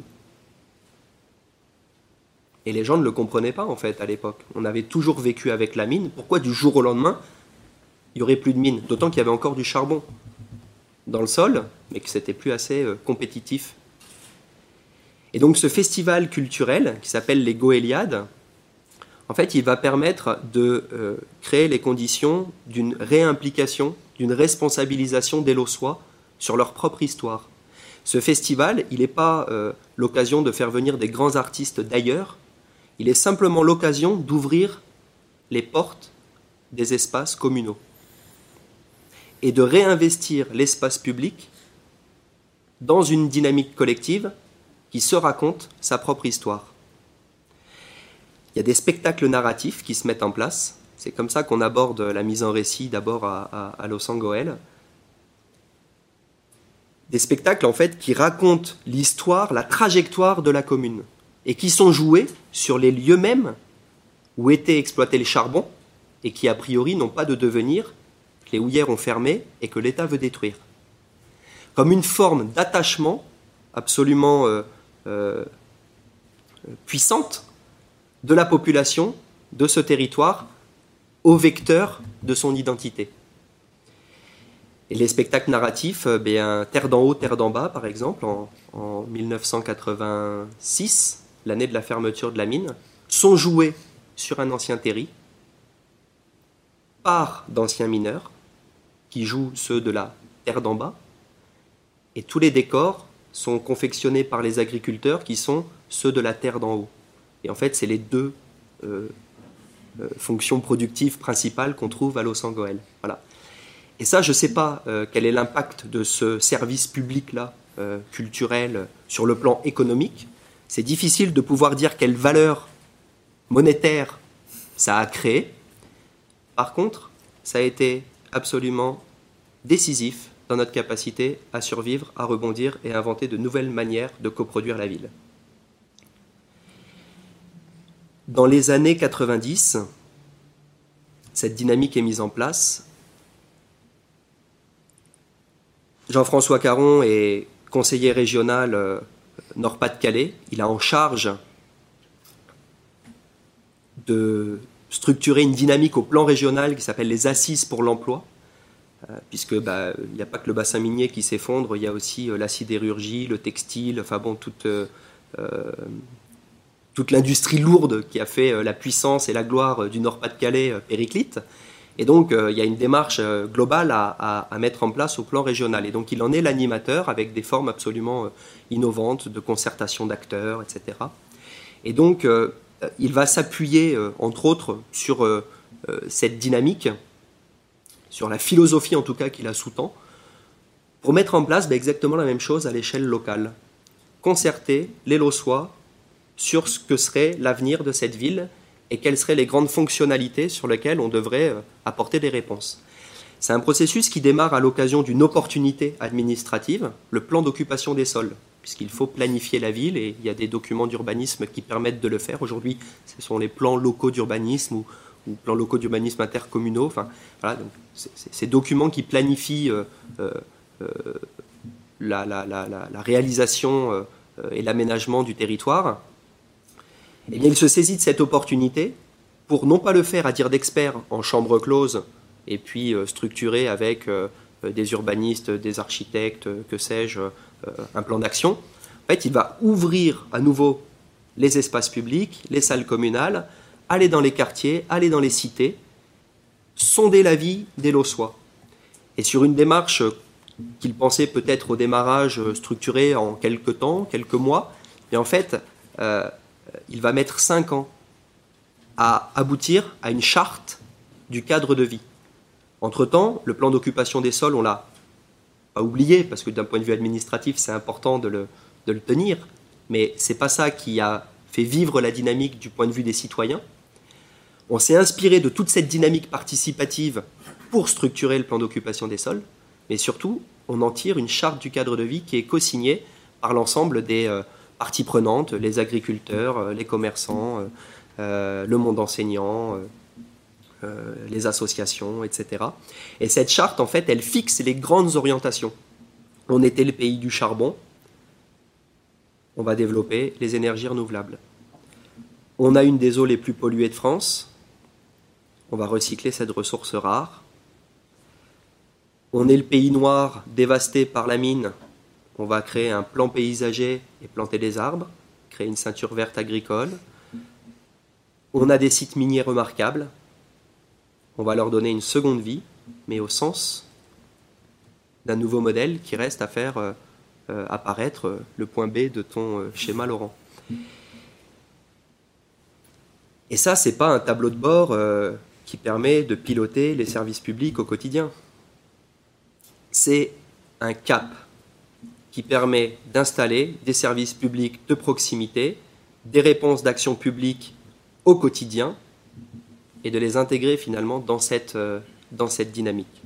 Et les gens ne le comprenaient pas, en fait, à l'époque. On avait toujours vécu avec la mine. Pourquoi, du jour au lendemain, il n'y aurait plus de mine? D'autant qu'il y avait encore du charbon dans le sol, mais que ce n'était plus assez euh, compétitif. Et donc, ce festival culturel, qui s'appelle les Goéliades, en fait, il va permettre de euh, créer les conditions d'une réimplication, d'une responsabilisation des Loossois sur leur propre histoire. Ce festival, il n'est pas euh, l'occasion de faire venir des grands artistes d'ailleurs, il est simplement l'occasion d'ouvrir les portes des espaces communaux et de réinvestir l'espace public dans une dynamique collective qui se raconte sa propre histoire. Il y a des spectacles narratifs qui se mettent en place. C'est comme ça qu'on aborde la mise en récit d'abord à, à, à Loos-en-Gohelle. Des spectacles en fait qui racontent l'histoire, la trajectoire de la commune et qui sont joués sur les lieux mêmes où était exploité le charbon et qui a priori n'ont pas de devenir, que les houillères ont fermé et que l'État veut détruire. Comme une forme d'attachement absolument euh, euh, puissante de la population de ce territoire au vecteur de son identité. Et les spectacles narratifs, euh, bien, Terre d'en haut, Terre d'en bas, par exemple, en, en mille neuf cent quatre-vingt-six, l'année de la fermeture de la mine, sont joués sur un ancien terri par d'anciens mineurs qui jouent ceux de la Terre d'en bas. Et tous les décors sont confectionnés par les agriculteurs qui sont ceux de la Terre d'en haut. Et en fait, c'est les deux euh, euh, fonctions productives principales qu'on trouve à Loos-en-Gohelle. Voilà. Et ça, je ne sais pas euh, quel est l'impact de ce service public-là, euh, culturel, sur le plan économique. C'est difficile de pouvoir dire quelle valeur monétaire ça a créé. Par contre, ça a été absolument décisif dans notre capacité à survivre, à rebondir et à inventer de nouvelles manières de coproduire la ville. Dans les années quatre-vingt-dix, cette dynamique est mise en place. Jean-François Caron est conseiller régional euh, Nord-Pas-de-Calais. Il a en charge de structurer une dynamique au plan régional qui s'appelle les Assises pour l'emploi, euh, puisque bah, il n'y a pas que le bassin minier qui s'effondre, il y a aussi euh, la sidérurgie, le textile, enfin bon, toute, euh, toute l'industrie lourde qui a fait euh, la puissance et la gloire du Nord-Pas-de-Calais euh, périclite. Et donc, euh, il y a une démarche euh, globale à, à, à mettre en place au plan régional. Et donc, il en est l'animateur avec des formes absolument euh, innovantes de concertation d'acteurs, et cetera. Et donc, euh, il va s'appuyer, euh, entre autres, sur euh, euh, cette dynamique, sur la philosophie en tout cas qui la sous-tend, pour mettre en place bah, exactement la même chose à l'échelle locale. Concerter les Lossois sur ce que serait l'avenir de cette ville et quelles seraient les grandes fonctionnalités sur lesquelles on devrait euh, apporter des réponses. C'est un processus qui démarre à l'occasion d'une opportunité administrative, le plan d'occupation des sols, puisqu'il faut planifier la ville et il y a des documents d'urbanisme qui permettent de le faire. Aujourd'hui, ce sont les plans locaux d'urbanisme ou, ou plans locaux d'urbanisme intercommunaux. Enfin, voilà, donc c'est, c'est ces documents qui planifient euh, euh, euh, la, la, la, la réalisation euh, et l'aménagement du territoire. Eh bien, il se saisit de cette opportunité pour non pas le faire à dire d'experts en chambre close et puis euh, structurer avec euh, des urbanistes, des architectes, que sais-je, euh, un plan d'action. En fait, il va ouvrir à nouveau les espaces publics, les salles communales, aller dans les quartiers, aller dans les cités, sonder la vie des Lossois. Et sur une démarche qu'il pensait peut-être au démarrage structurée en quelques temps, quelques mois, et en fait, euh, il va mettre cinq ans à aboutir à une charte du cadre de vie. Entre-temps, le plan d'occupation des sols, on l'a pas oublié, parce que d'un point de vue administratif, c'est important de le, de le tenir, mais ce n'est pas ça qui a fait vivre la dynamique du point de vue des citoyens. On s'est inspiré de toute cette dynamique participative pour structurer le plan d'occupation des sols, mais surtout, on en tire une charte du cadre de vie qui est co-signée par l'ensemble des euh, parties prenantes, les agriculteurs, euh, les commerçants, euh, euh, le monde enseignant, euh, euh, les associations, et cetera. Et cette charte, en fait, elle fixe les grandes orientations. On était le pays du charbon, on va développer les énergies renouvelables. On a une des eaux les plus polluées de France, on va recycler cette ressource rare. On est le pays noir dévasté par la mine, on va créer un plan paysager et planter des arbres, créer une ceinture verte agricole. On a des sites miniers remarquables, on va leur donner une seconde vie, mais au sens d'un nouveau modèle qui reste à faire euh, euh, apparaître euh, le point B de ton euh, schéma, Laurent. Et ça, ce n'est pas un tableau de bord euh, qui permet de piloter les services publics au quotidien. C'est un cap qui permet d'installer des services publics de proximité, des réponses d'action publique au quotidien, et de les intégrer finalement dans cette, euh, dans cette dynamique.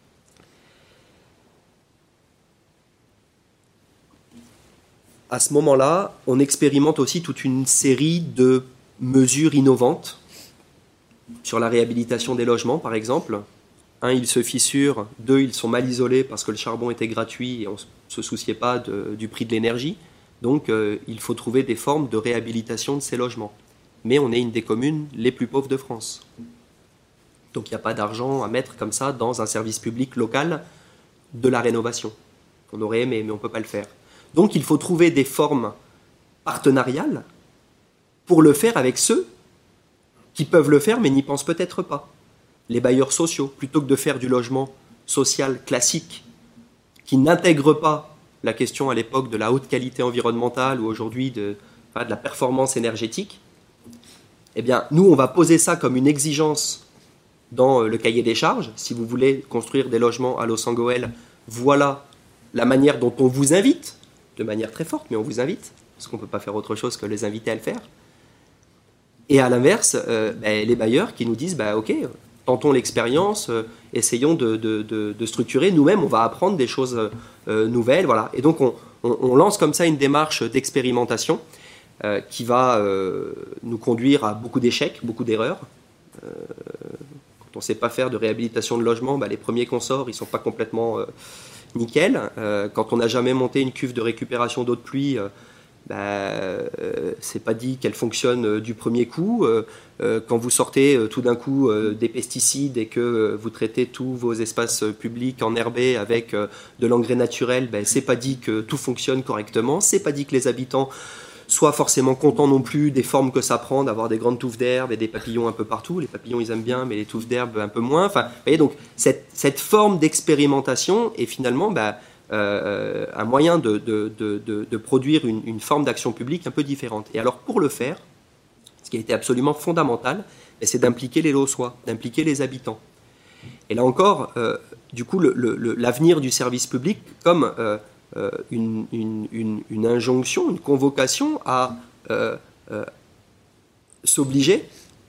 À ce moment-là, on expérimente aussi toute une série de mesures innovantes sur la réhabilitation des logements, par exemple. Un, ils se fissurent. Deux, ils sont mal isolés parce que le charbon était gratuit et on ne se souciait pas de, du prix de l'énergie. Donc, euh, il faut trouver des formes de réhabilitation de ces logements. Mais on est une des communes les plus pauvres de France. Donc il n'y a pas d'argent à mettre comme ça dans un service public local de la rénovation. On aurait aimé, mais on ne peut pas le faire. Donc il faut trouver des formes partenariales pour le faire avec ceux qui peuvent le faire, mais n'y pensent peut-être pas. Les bailleurs sociaux, plutôt que de faire du logement social classique, qui n'intègre pas la question à l'époque de la haute qualité environnementale ou aujourd'hui de, enfin, de la performance énergétique, eh bien, nous, on va poser ça comme une exigence dans le cahier des charges. Si vous voulez construire des logements à Los-Angeles, voilà la manière dont on vous invite, de manière très forte, mais on vous invite, parce qu'on ne peut pas faire autre chose que les inviter à le faire. Et à l'inverse, euh, ben, les bailleurs qui nous disent bah, « Ok, tentons l'expérience, euh, essayons de, de, de, de structurer, nous-mêmes, on va apprendre des choses euh, nouvelles. » Voilà. Et donc, on, on, on lance comme ça une démarche d'expérimentation Euh, qui va euh, nous conduire à beaucoup d'échecs, beaucoup d'erreurs. Euh, quand on ne sait pas faire de réhabilitation de logement, bah, les premiers qu'on sort, ils ne sont pas complètement euh, nickel. Euh, quand on n'a jamais monté une cuve de récupération d'eau de pluie, euh, bah, euh, c'est pas dit qu'elle fonctionne euh, du premier coup. Euh, euh, quand vous sortez euh, tout d'un coup euh, des pesticides et que euh, vous traitez tous vos espaces euh, publics enherbés avec euh, de l'engrais naturel, bah, c'est pas dit que tout fonctionne correctement. C'est pas dit que les habitants soient forcément contents non plus des formes que ça prend, d'avoir des grandes touffes d'herbe et des papillons un peu partout. Les papillons, ils aiment bien, mais les touffes d'herbe un peu moins. Enfin, vous voyez, donc cette, cette forme d'expérimentation est finalement bah, euh, un moyen de, de, de, de, de produire une, une forme d'action publique un peu différente. Et alors, pour le faire, ce qui a été absolument fondamental, c'est d'impliquer les Lossois, d'impliquer les habitants. Et là encore, euh, du coup, le, le, l'avenir du service public comme euh, euh, une, une, une, une injonction, une convocation à euh, euh, s'obliger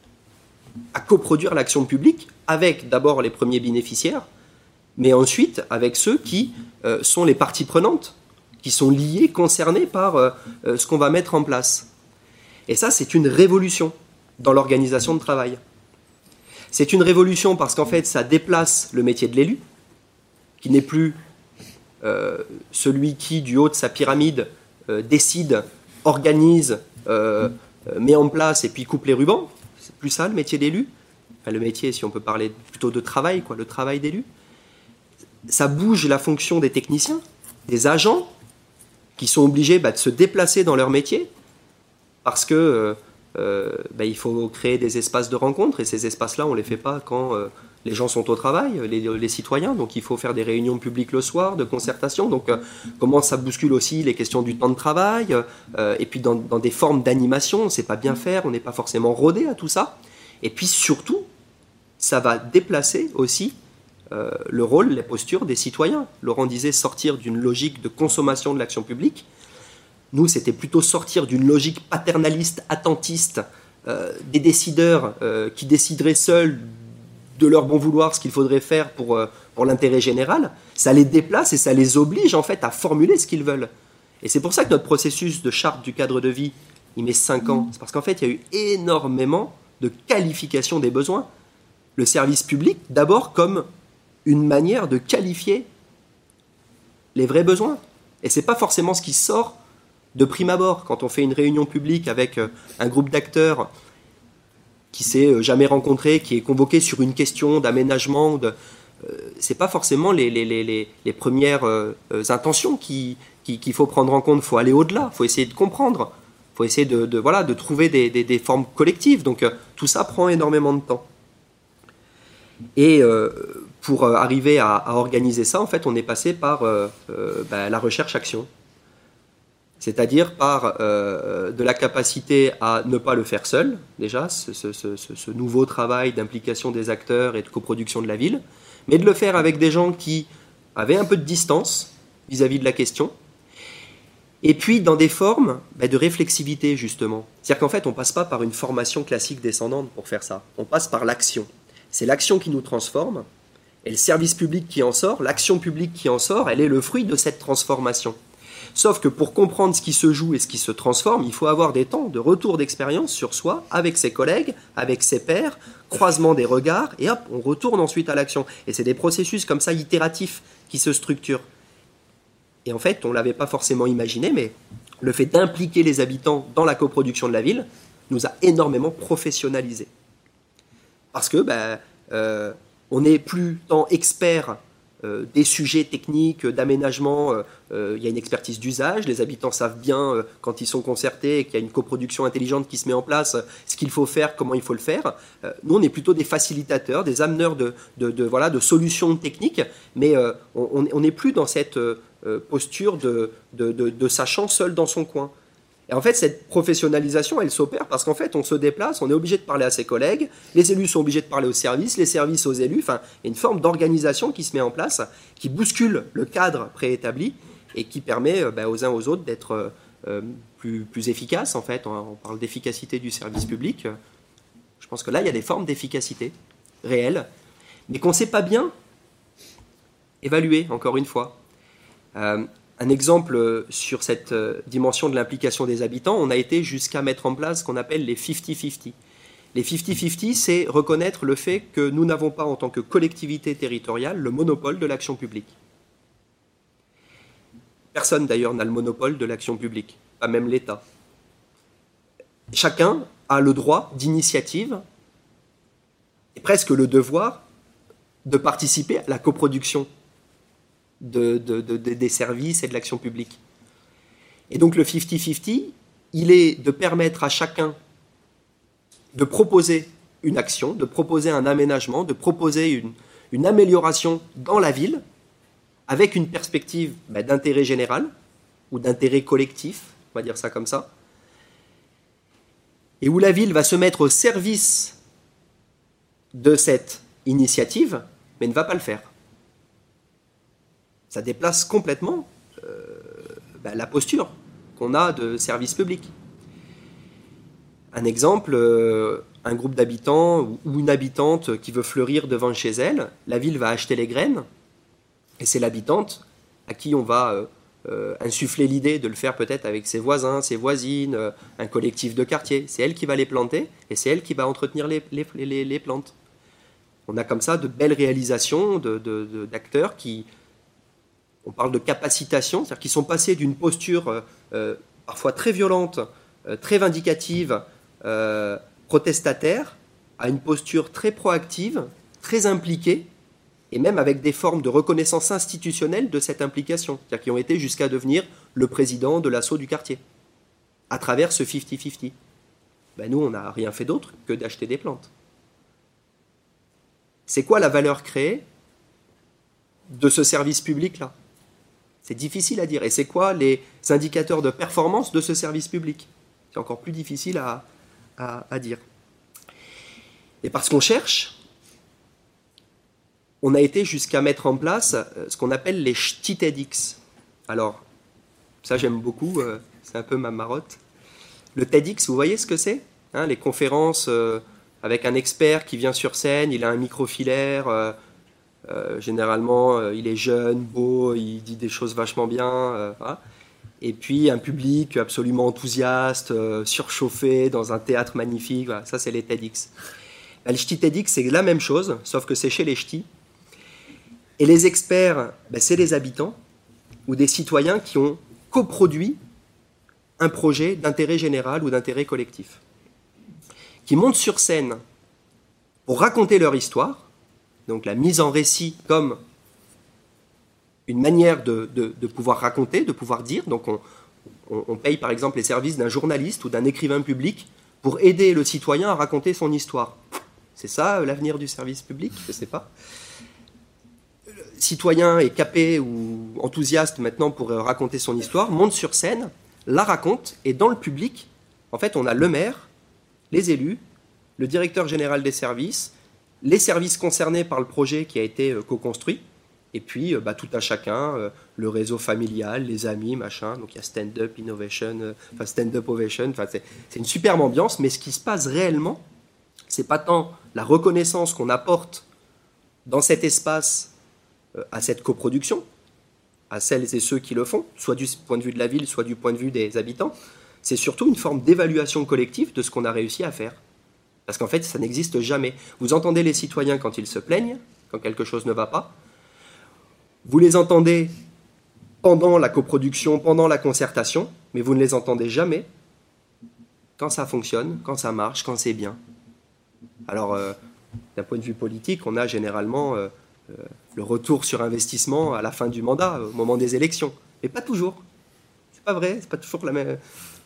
à coproduire l'action publique avec d'abord les premiers bénéficiaires, mais ensuite avec ceux qui euh, sont les parties prenantes, qui sont liées, concernées par euh, euh, ce qu'on va mettre en place. Et ça, c'est une révolution dans l'organisation de travail. C'est une révolution parce qu'en fait, ça déplace le métier de l'élu, qui n'est plus euh, celui qui, du haut de sa pyramide, euh, décide, organise, euh, euh, met en place et puis coupe les rubans. C'est plus ça, le métier d'élu. Enfin, le métier, si on peut parler plutôt de travail, quoi, le travail d'élu. Ça bouge la fonction des techniciens, des agents, qui sont obligés bah, de se déplacer dans leur métier, parce que euh, euh, bah, il faut créer des espaces de rencontre, et ces espaces-là, on ne les fait pas quand euh, les gens sont au travail, les, les citoyens, donc il faut faire des réunions publiques le soir, de concertation, donc euh, comment ça bouscule aussi les questions du temps de travail, euh, et puis dans, dans des formes d'animation, on ne sait pas bien faire, on n'est pas forcément rodé à tout ça, et puis surtout, ça va déplacer aussi euh, le rôle, les postures des citoyens. Laurent disait sortir d'une logique de consommation de l'action publique. Nous, c'était plutôt sortir d'une logique paternaliste, attentiste, euh, des décideurs euh, qui décideraient seuls de leur bon vouloir ce qu'il faudrait faire pour, euh, pour l'intérêt général. Ça les déplace et ça les oblige en fait à formuler ce qu'ils veulent. Et c'est pour ça que notre processus de charte du cadre de vie, il met cinq ans. C'est parce qu'en fait, il y a eu énormément de qualification des besoins. Le service public, d'abord comme une manière de qualifier les vrais besoins. Et ce n'est pas forcément ce qui sort de prime abord. Quand on fait une réunion publique avec un groupe d'acteurs qui ne s'est jamais rencontré, qui est convoqué sur une question d'aménagement, de, euh, ce n'est pas forcément les, les, les, les premières euh, intentions qui, qui, qu'il faut prendre en compte. Il faut aller au-delà, il faut essayer de comprendre, il faut essayer de, de, voilà, de trouver des, des, des formes collectives. Donc euh, tout ça prend énormément de temps. Et euh, pour euh, arriver à, à organiser ça, en fait, on est passé par euh, euh, ben, la recherche-action. C'est-à-dire par euh, de la capacité à ne pas le faire seul, déjà, ce, ce, ce, ce nouveau travail d'implication des acteurs et de coproduction de la ville, mais de le faire avec des gens qui avaient un peu de distance vis-à-vis de la question, et puis dans des formes ben, de réflexivité, justement. C'est-à-dire qu'en fait, on ne passe pas par une formation classique descendante pour faire ça, on passe par l'action. C'est l'action qui nous transforme, et le service public qui en sort, l'action publique qui en sort, elle est le fruit de cette transformation. Sauf que pour comprendre ce qui se joue et ce qui se transforme, il faut avoir des temps de retour d'expérience sur soi, avec ses collègues, avec ses pairs, croisement des regards, et hop, on retourne ensuite à l'action. Et c'est des processus comme ça, itératifs, qui se structurent. Et en fait, on ne l'avait pas forcément imaginé, mais le fait d'impliquer les habitants dans la coproduction de la ville nous a énormément professionnalisés. Parce que ben, euh, on n'est plus tant expert euh, des sujets techniques, d'aménagement, euh, euh, il y a une expertise d'usage, les habitants savent bien euh, quand ils sont concertés et qu'il y a une coproduction intelligente qui se met en place, euh, ce qu'il faut faire, comment il faut le faire. Euh, nous, on est plutôt des facilitateurs, des ameneurs de, de, de, voilà, de solutions techniques, mais euh, on n'est plus dans cette euh, posture de, de, de, de sachant seul dans son coin. Et en fait, cette professionnalisation, elle s'opère parce qu'en fait, on se déplace, on est obligé de parler à ses collègues, les élus sont obligés de parler aux services, les services aux élus, enfin, il y a une forme d'organisation qui se met en place, qui bouscule le cadre préétabli et qui permet euh, ben, aux uns aux autres d'être euh, plus, plus efficaces, en fait. On, on parle d'efficacité du service public. Je pense que là, il y a des formes d'efficacité réelles, mais qu'on ne sait pas bien évaluer, encore une fois. Euh, Un exemple sur cette dimension de l'implication des habitants, on a été jusqu'à mettre en place ce qu'on appelle les cinquante cinquante. Les cinquante cinquante, c'est reconnaître le fait que nous n'avons pas, en tant que collectivité territoriale, le monopole de l'action publique. Personne, d'ailleurs, n'a le monopole de l'action publique. pas même l'État. Chacun a le droit d'initiative et presque le devoir de participer à la coproduction de, de, de, de, des services et de l'action publique. Et donc le cinquante cinquante, il est de permettre à chacun de proposer une action, de proposer un aménagement, de proposer une, une amélioration dans la ville avec une perspective ben, d'intérêt général ou d'intérêt collectif, on va dire ça comme ça, et où la ville va se mettre au service de cette initiative, mais ne va pas le faire. Ça déplace complètement euh, ben, la posture qu'on a de service public. Un exemple, euh, un groupe d'habitants ou une habitante qui veut fleurir devant chez elle, la ville va acheter les graines, et c'est l'habitante à qui on va euh, euh, insuffler l'idée de le faire peut-être avec ses voisins, ses voisines, euh, un collectif de quartier. C'est elle qui va les planter, et c'est elle qui va entretenir les, les, les, les plantes. On a comme ça de belles réalisations de, de, de, d'acteurs qui... On parle de capacitation, c'est-à-dire qu'ils sont passés d'une posture euh, euh, parfois très violente, euh, très vindicative, euh, protestataire, à une posture très proactive, très impliquée, et même avec des formes de reconnaissance institutionnelle de cette implication, c'est-à-dire qui ont été jusqu'à devenir le président de l'asso du quartier, à travers ce cinquante cinquante. Ben nous, on n'a rien fait d'autre que d'acheter des plantes. C'est quoi la valeur créée de ce service public-là ? C'est difficile à dire. Et c'est quoi les indicateurs de performance de ce service public ? C'est encore plus difficile à, à, à dire. Et parce qu'on cherche, on a été jusqu'à mettre en place ce qu'on appelle les ch'tis TEDx. Alors, ça j'aime beaucoup, c'est un peu ma marotte. Le TEDx, vous voyez ce que c'est ? Hein, les conférences euh, avec un expert qui vient sur scène, il a un micro-filaire, euh, euh, généralement euh, il est jeune, beau, il dit des choses vachement bien, euh, voilà. Et puis un public absolument enthousiaste, euh, surchauffé, dans un théâtre magnifique, voilà. Ça c'est les TEDx. Ben, les ch'tis TEDx, c'est la même chose, sauf que c'est chez les ch'tis. Et les experts, ben, c'est les habitants ou des citoyens qui ont coproduit un projet d'intérêt général ou d'intérêt collectif, qui montent sur scène pour raconter leur histoire, donc la mise en récit comme une manière de, de, de pouvoir raconter, de pouvoir dire. Donc on, on, on paye par exemple les services d'un journaliste ou d'un écrivain public pour aider le citoyen à raconter son histoire. C'est ça l'avenir du service public ? Je ne sais pas. Le citoyen est capé ou enthousiaste maintenant pour raconter son histoire, monte sur scène, la raconte, et dans le public, en fait, on a le maire, les élus, le directeur général des services, les services concernés par le projet qui a été euh, co-construit, et puis euh, bah, tout un chacun, euh, le réseau familial, les amis, machin. Donc il y a Stand Up Innovation, euh, enfin Stand Up Ovation, enfin, c'est, c'est une superbe ambiance, mais ce qui se passe réellement, c'est pas tant la reconnaissance qu'on apporte dans cet espace euh, à cette coproduction, à celles et ceux qui le font, soit du point de vue de la ville, soit du point de vue des habitants, c'est surtout une forme d'évaluation collective de ce qu'on a réussi à faire. Parce qu'en fait, ça n'existe jamais. Vous entendez les citoyens quand ils se plaignent, quand quelque chose ne va pas. Vous les entendez pendant la coproduction, pendant la concertation, mais vous ne les entendez jamais quand ça fonctionne, quand ça marche, quand c'est bien. Alors, euh, d'un point de vue politique, on a généralement euh, euh, le retour sur investissement à la fin du mandat, au moment des élections. Mais pas toujours. C'est pas vrai, c'est pas toujours la même...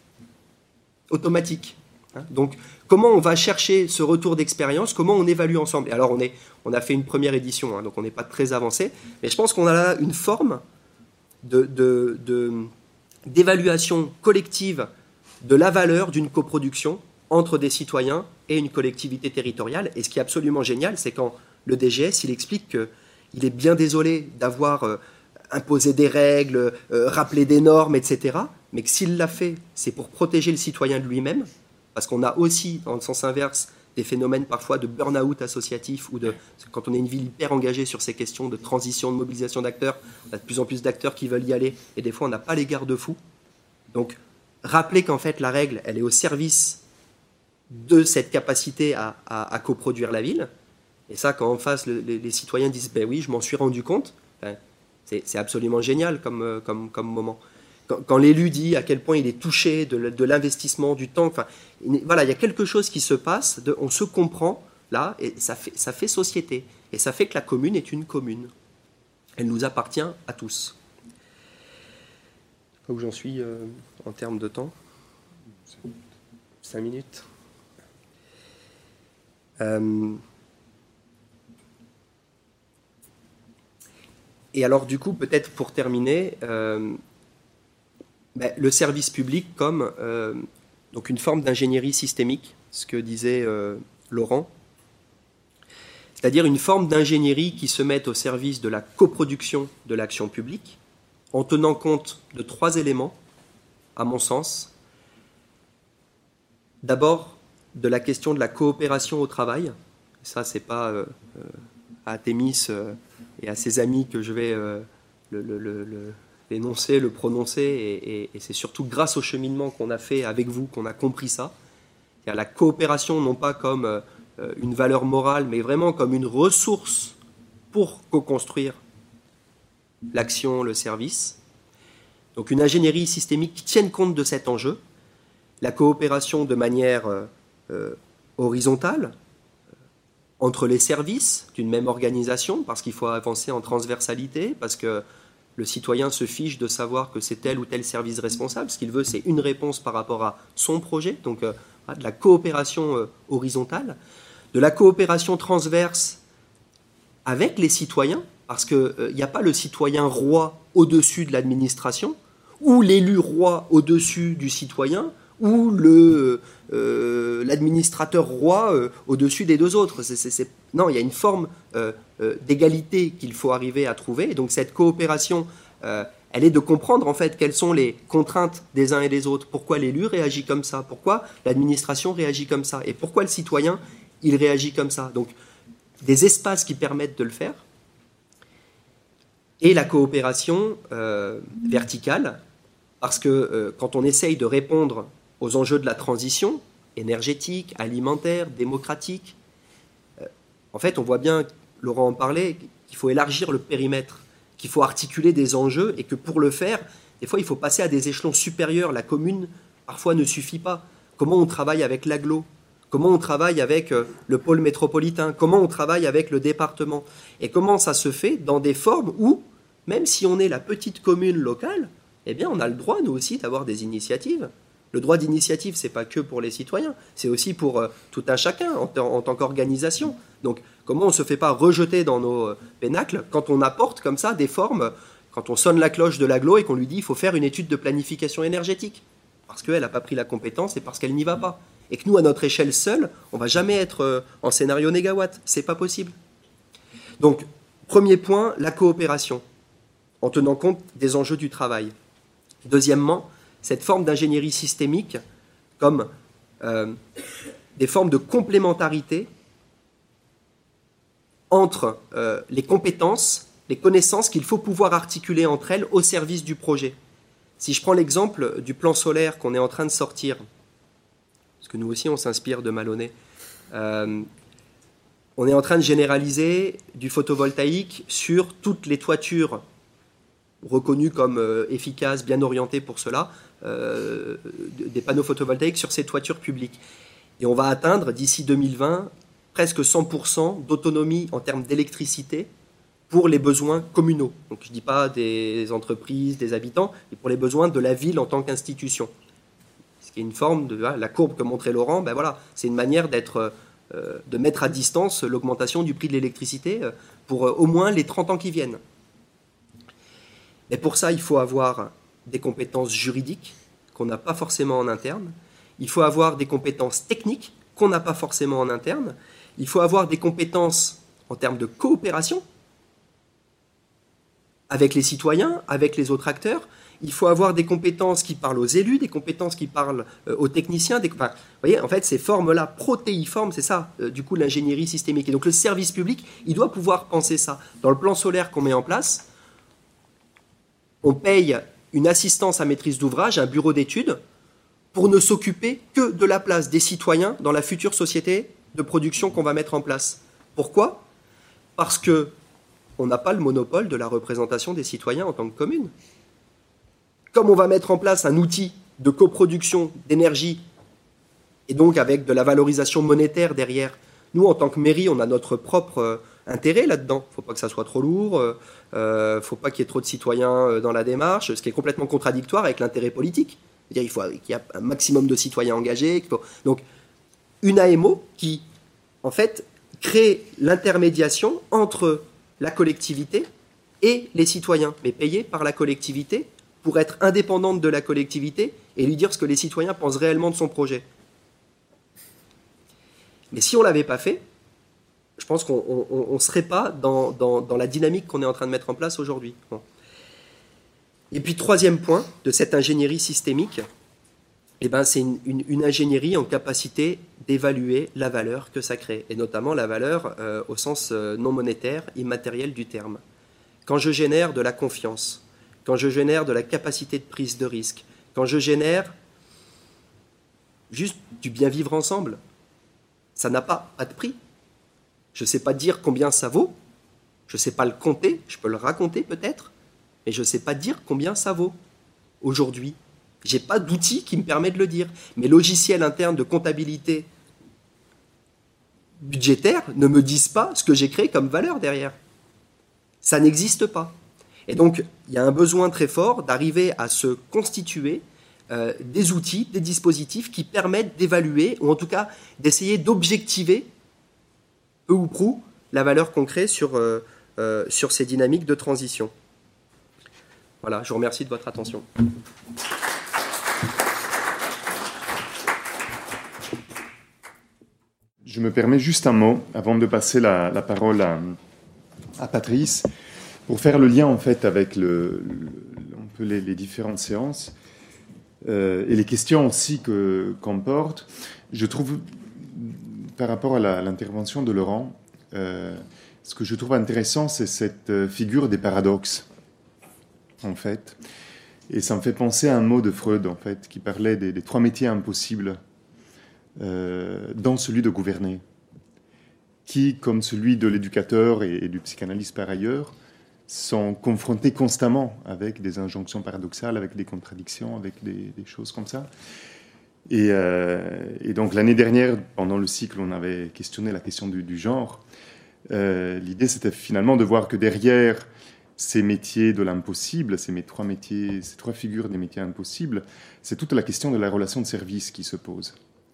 automatique. Hein. Donc, comment on va chercher ce retour d'expérience ? Comment on évalue ensemble ? Et alors, on, est, on a fait une première édition, hein, donc on n'est pas très avancé, mais je pense qu'on a là une forme de, de, de, d'évaluation collective de la valeur d'une coproduction entre des citoyens et une collectivité territoriale. Et ce qui est absolument génial, c'est quand le D G S, il explique qu'il est bien désolé d'avoir euh, imposé des règles, euh, rappelé des normes, et cetera, mais que s'il l'a fait, c'est pour protéger le citoyen de lui-même, parce qu'on a aussi, dans le sens inverse, des phénomènes parfois de burn-out associatif, ou de, quand on est une ville hyper engagée sur ces questions de transition, de mobilisation d'acteurs, on a de plus en plus d'acteurs qui veulent y aller, et des fois on n'a pas les garde-fous. Donc, rappeler qu'en fait la règle, elle est au service de cette capacité à, à, à coproduire la ville, et ça, quand en face, le, les, les citoyens disent « ben oui, je m'en suis rendu compte ben, », c'est, c'est absolument génial comme, comme, comme moment. quand, quand l'élu dit à quel point il est touché de, de l'investissement, du temps, enfin, voilà, il y a quelque chose qui se passe, de, on se comprend là, et ça fait, ça fait société. Et ça fait que la commune est une commune. Elle nous appartient à tous. Où j'en suis euh, en termes de temps ? Cinq minutes. Euh... Et alors, du coup, peut-être pour terminer, euh, ben, le service public comme euh, donc une forme d'ingénierie systémique, ce que disait euh, Laurent, c'est-à-dire une forme d'ingénierie qui se met au service de la coproduction de l'action publique, en tenant compte de trois éléments, à mon sens. D'abord, de la question de la coopération au travail. Ça, c'est pas euh, euh, à Thémis euh, et à ses amis que je vais euh, le, le, le, le, l'énoncer, le prononcer, et, et, et c'est surtout grâce au cheminement qu'on a fait avec vous qu'on a compris ça. C'est-à-dire la coopération, non pas comme euh, une valeur morale, mais vraiment comme une ressource pour co-construire l'action, le service. Donc une ingénierie systémique qui tienne compte de cet enjeu, la coopération de manière euh, euh, horizontale, entre les services d'une même organisation, parce qu'il faut avancer en transversalité, parce que le citoyen se fiche de savoir que c'est tel ou tel service responsable. Ce qu'il veut, c'est une réponse par rapport à son projet, donc euh, de la coopération euh, horizontale, de la coopération transverse avec les citoyens, parce qu'il n'y euh, a pas le citoyen roi au-dessus de l'administration, ou l'élu roi au-dessus du citoyen, ou le, euh, l'administrateur roi euh, au-dessus des deux autres. C'est, c'est, c'est... Non, il y a une forme euh, euh, d'égalité qu'il faut arriver à trouver. Et donc cette coopération, euh, elle est de comprendre en fait quelles sont les contraintes des uns et des autres. Pourquoi l'élu réagit comme ça ? Pourquoi l'administration réagit comme ça ? Et pourquoi le citoyen, il réagit comme ça ? Donc des espaces qui permettent de le faire. Et la coopération euh, verticale, parce que euh, quand on essaye de répondre aux enjeux de la transition énergétique, alimentaire, démocratique, euh, en fait, on voit bien, Laurent en parlait, qu'il faut élargir le périmètre, qu'il faut articuler des enjeux et que pour le faire, des fois, il faut passer à des échelons supérieurs. La commune, parfois, ne suffit pas. Comment on travaille avec l'agglo ? Comment on travaille avec euh, le pôle métropolitain ? Comment on travaille avec le département ? Et comment ça se fait dans des formes où, même si on est la petite commune locale, eh bien, on a le droit, nous aussi, d'avoir des initiatives. Le droit d'initiative, ce n'est pas que pour les citoyens, c'est aussi pour euh, tout un chacun en, t- en tant qu'organisation. Donc, comment on ne se fait pas rejeter dans nos euh, pénacles quand on apporte comme ça des formes, quand on sonne la cloche de l'agglo et qu'on lui dit il faut faire une étude de planification énergétique, parce qu'elle n'a pas pris la compétence et parce qu'elle n'y va pas. Et que nous, à notre échelle seule, on ne va jamais être euh, en scénario négawatt. Ce n'est pas possible. Donc, premier point, la coopération, en tenant compte des enjeux du travail. Deuxièmement, cette forme d'ingénierie systémique comme euh, des formes de complémentarité entre euh, les compétences, les connaissances qu'il faut pouvoir articuler entre elles au service du projet. Si je prends l'exemple du plan solaire qu'on est en train de sortir, parce que nous aussi on s'inspire de Malonnet, euh, on est en train de généraliser du photovoltaïque sur toutes les toitures reconnues comme euh, efficaces, bien orientées pour cela, euh, des panneaux photovoltaïques sur ces toitures publiques. Et on va atteindre d'ici deux mille vingt presque cent pour cent d'autonomie en termes d'électricité pour les besoins communaux. Donc je ne dis pas des entreprises, des habitants, mais pour les besoins de la ville en tant qu'institution. Ce qui est une forme de la courbe que montrait Laurent, ben voilà, c'est une manière d'être, euh, de mettre à distance l'augmentation du prix de l'électricité pour euh, au moins les trente ans qui viennent. Mais pour ça, il faut avoir des compétences juridiques qu'on n'a pas forcément en interne. Il faut avoir des compétences techniques qu'on n'a pas forcément en interne. Il faut avoir des compétences en termes de coopération avec les citoyens, avec les autres acteurs. Il faut avoir des compétences qui parlent aux élus, des compétences qui parlent euh, aux techniciens. Des... Enfin, vous voyez, en fait, ces formes-là, protéiformes, c'est ça, euh, du coup, l'ingénierie systémique. Et donc, le service public, il doit pouvoir penser ça. Dans le plan solaire qu'on met en place, on paye une assistance à maîtrise d'ouvrage, un bureau d'études, pour ne s'occuper que de la place des citoyens dans la future société de production qu'on va mettre en place. Pourquoi ? Parce qu'on n'a pas le monopole de la représentation des citoyens en tant que commune. comme on va mettre en place un outil de coproduction d'énergie, et donc avec de la valorisation monétaire derrière, nous, en tant que mairie, on a notre propre euh, intérêt là-dedans. Il ne faut pas que ça soit trop lourd, il euh, ne faut pas qu'il y ait trop de citoyens euh, dans la démarche, ce qui est complètement contradictoire avec l'intérêt politique. C'est-à-dire qu'il faut qu'il y ait un maximum de citoyens engagés. Faut... Donc, une A M O qui, en fait, crée l'intermédiation entre la collectivité et les citoyens, mais payée par la collectivité pour être indépendante de la collectivité et lui dire ce que les citoyens pensent réellement de son projet. Mais si on ne l'avait pas fait, je pense qu'on ne serait pas dans, dans, dans la dynamique qu'on est en train de mettre en place aujourd'hui. Bon. Et puis, troisième point de cette ingénierie systémique, eh ben, c'est une, une, une ingénierie en capacité d'évaluer la valeur que ça crée, et notamment la valeur euh, au sens euh, non monétaire, immatériel du terme. Quand je génère de la confiance, quand je génère de la capacité de prise de risque, quand je génère juste du bien vivre ensemble, ça n'a pas, pas de prix. Je ne sais pas dire combien ça vaut, je ne sais pas le compter, je peux le raconter peut-être, mais je ne sais pas dire combien ça vaut aujourd'hui. Je n'ai pas d'outil qui me permet de le dire. Mes logiciels internes de comptabilité budgétaire ne me disent pas ce que j'ai créé comme valeur derrière. Ça n'existe pas. Et donc, il y a un besoin très fort d'arriver à se constituer euh, des outils, des dispositifs qui permettent d'évaluer, ou en tout cas d'essayer d'objectiver, peu ou prou, la valeur qu'on crée sur, euh, euh, sur ces dynamiques de transition. Voilà, je vous remercie de votre attention. Je me permets juste un mot, avant de passer la, la parole à, à Patrice, pour faire le lien en fait avec le, le, un peu les, les différentes séances euh, et les questions aussi que, qu'on porte. Je trouve, par rapport à, la, à l'intervention de Laurent, euh, ce que je trouve intéressant, c'est cette figure des paradoxes, en fait. Et ça me fait penser à un mot de Freud, en fait, qui parlait des, des trois métiers impossibles, euh, dans celui de gouverner, qui, comme celui de l'éducateur et, et du psychanalyste par ailleurs, sont confrontés constamment avec des injonctions paradoxales, avec des contradictions, avec des, des choses comme ça. Et, euh, et donc l'année dernière, pendant le cycle, on avait questionné la question du, du genre. Euh, l'idée, c'était finalement de voir que derrière ces métiers de l'impossible, ces trois métiers, ces trois figures des métiers impossibles, c'est toute la question de la relation de service qui se pose.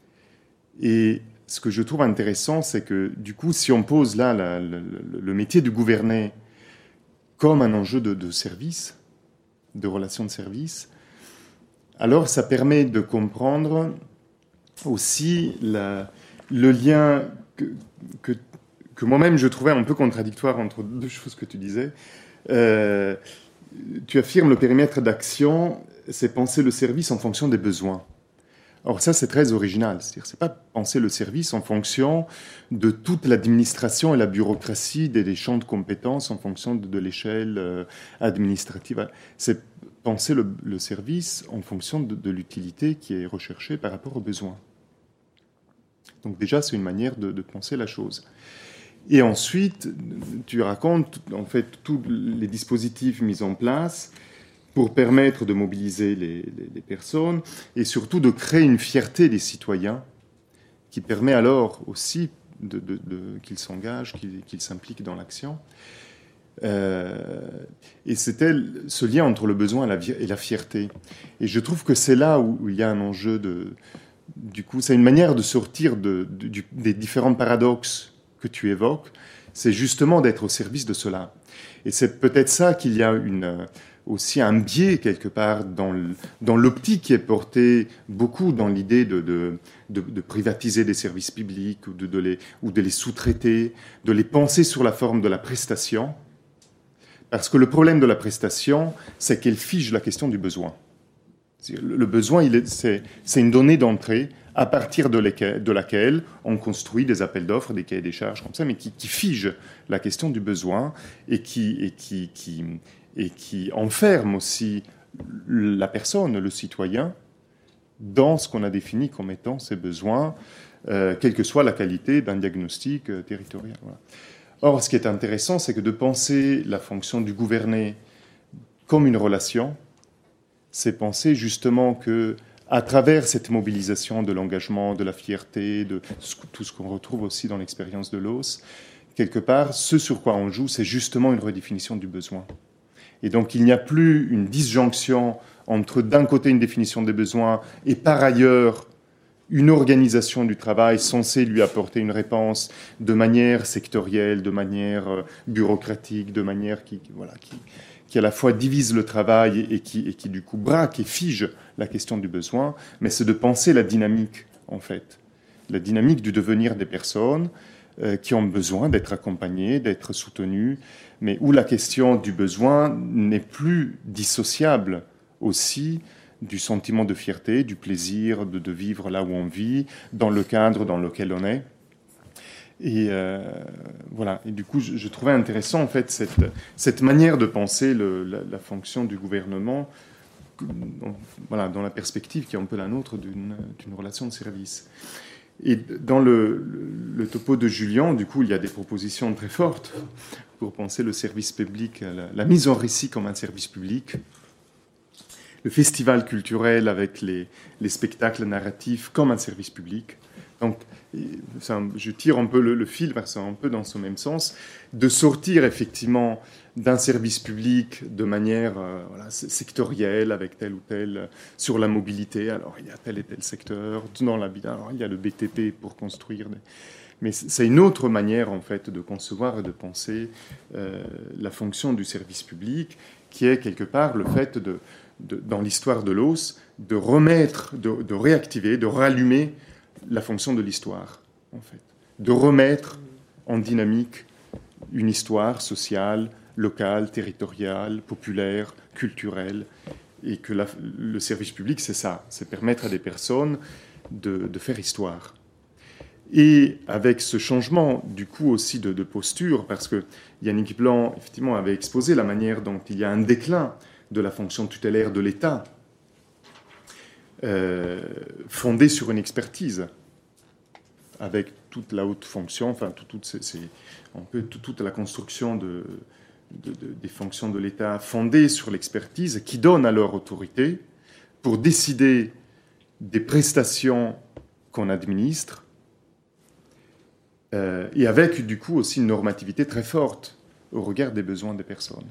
Et ce que je trouve intéressant, c'est que du coup, si on pose là la, le, le métier de gouverner comme un enjeu de, de service, de relation de service, alors ça permet de comprendre aussi la, le lien que, que, que moi-même je trouvais un peu contradictoire entre deux choses que tu disais. Euh, tu affirmes le périmètre d'action, c'est penser le service en fonction des besoins. Or ça, c'est très original. C'est-à-dire, c'est pas penser le service en fonction de toute l'administration et la bureaucratie des, des champs de compétences en fonction de, de l'échelle euh, administrative. C'est penser le, le service en fonction de, de l'utilité qui est recherchée par rapport aux besoins. Donc déjà, c'est une manière de, de penser la chose. Et ensuite, tu racontes en fait tous les dispositifs mis en place pour permettre de mobiliser les, les, les personnes et surtout de créer une fierté des citoyens qui permet alors aussi de, de, de, qu'ils s'engagent, qu'ils, qu'ils s'impliquent dans l'action. Euh, et c'était ce lien entre le besoin et la, et la fierté. Et je trouve que c'est là où, où il y a un enjeu de... Du coup, c'est une manière de sortir de, de, du, des différents paradoxes que tu évoques, c'est justement d'être au service de cela. Et c'est peut-être ça qu'il y a une... aussi un biais quelque part dans, le, dans l'optique qui est portée beaucoup dans l'idée de, de, de, de privatiser des services publics ou de, de les, ou de les sous-traiter, de les penser sur la forme de la prestation. Parce que le problème de la prestation, c'est qu'elle fige la question du besoin. Le besoin, il est, c'est, c'est une donnée d'entrée à partir de, lesquelles, de laquelle on construit des appels d'offres, des cahiers des charges comme ça, mais qui, qui fige la question du besoin et qui... Et qui, qui et qui enferme aussi la personne, le citoyen, dans ce qu'on a défini comme étant ses besoins, euh, quelle que soit la qualité d'un diagnostic euh, territorial. Voilà. Or, ce qui est intéressant, c'est que de penser la fonction du gouverner comme une relation, c'est penser justement que à travers cette mobilisation de l'engagement, de la fierté, de tout ce qu'on retrouve aussi dans l'expérience de Loos, quelque part, ce sur quoi on joue, c'est justement une redéfinition du besoin. Et donc, il n'y a plus une disjonction entre, d'un côté, une définition des besoins et, par ailleurs, une organisation du travail censée lui apporter une réponse de manière sectorielle, de manière bureaucratique, de manière qui, voilà, qui, qui à la fois divise le travail et qui, et qui, du coup, braque et fige la question du besoin, mais c'est de penser la dynamique, en fait. La dynamique du devenir des personnes euh, qui ont besoin d'être accompagnées, d'être soutenues, mais où la question du besoin n'est plus dissociable aussi du sentiment de fierté, du plaisir de, de vivre là où on vit, dans le cadre dans lequel on est. Et euh, voilà. Et du coup, je, je trouvais intéressant en fait cette, cette manière de penser le, la, la fonction du gouvernement, voilà, dans la perspective qui est un peu la nôtre d'une, d'une relation de service. Et dans le, le, le topo de Julien, du coup, il y a des propositions très fortes pour penser le service public, la, la mise en récit comme un service public. Le festival culturel avec les, les spectacles narratifs comme un service public. Donc, ça, je tire un peu le, le fil, parce que c'est un peu dans ce même sens, de sortir effectivement d'un service public de manière euh, voilà, sectorielle, avec tel ou tel, sur la mobilité. Alors, il y a tel et tel secteur. Dans l'habitat, alors, il y a le B T P pour construire. Des... Mais c'est une autre manière, en fait, de concevoir et de penser euh, la fonction du service public, qui est quelque part le fait de... De, dans l'histoire de Loos, de remettre, de, de réactiver, de rallumer la fonction de l'histoire, en fait. De remettre en dynamique une histoire sociale, locale, territoriale, populaire, culturelle, et que la, le service public, c'est ça, c'est permettre à des personnes de, de faire histoire. Et avec ce changement, du coup, aussi de, de posture, parce que Yannick Blanc, effectivement, avait exposé la manière dont il y a un déclin de la fonction tutélaire de l'État, euh, fondée sur une expertise, avec toute la haute fonction, enfin, tout, tout, c'est, c'est, un peu, tout, toute la construction de, de, de, des fonctions de l'État fondée sur l'expertise, qui donne alors autorité pour décider des prestations qu'on administre, euh, et avec, du coup, aussi une normativité très forte au regard des besoins des personnes.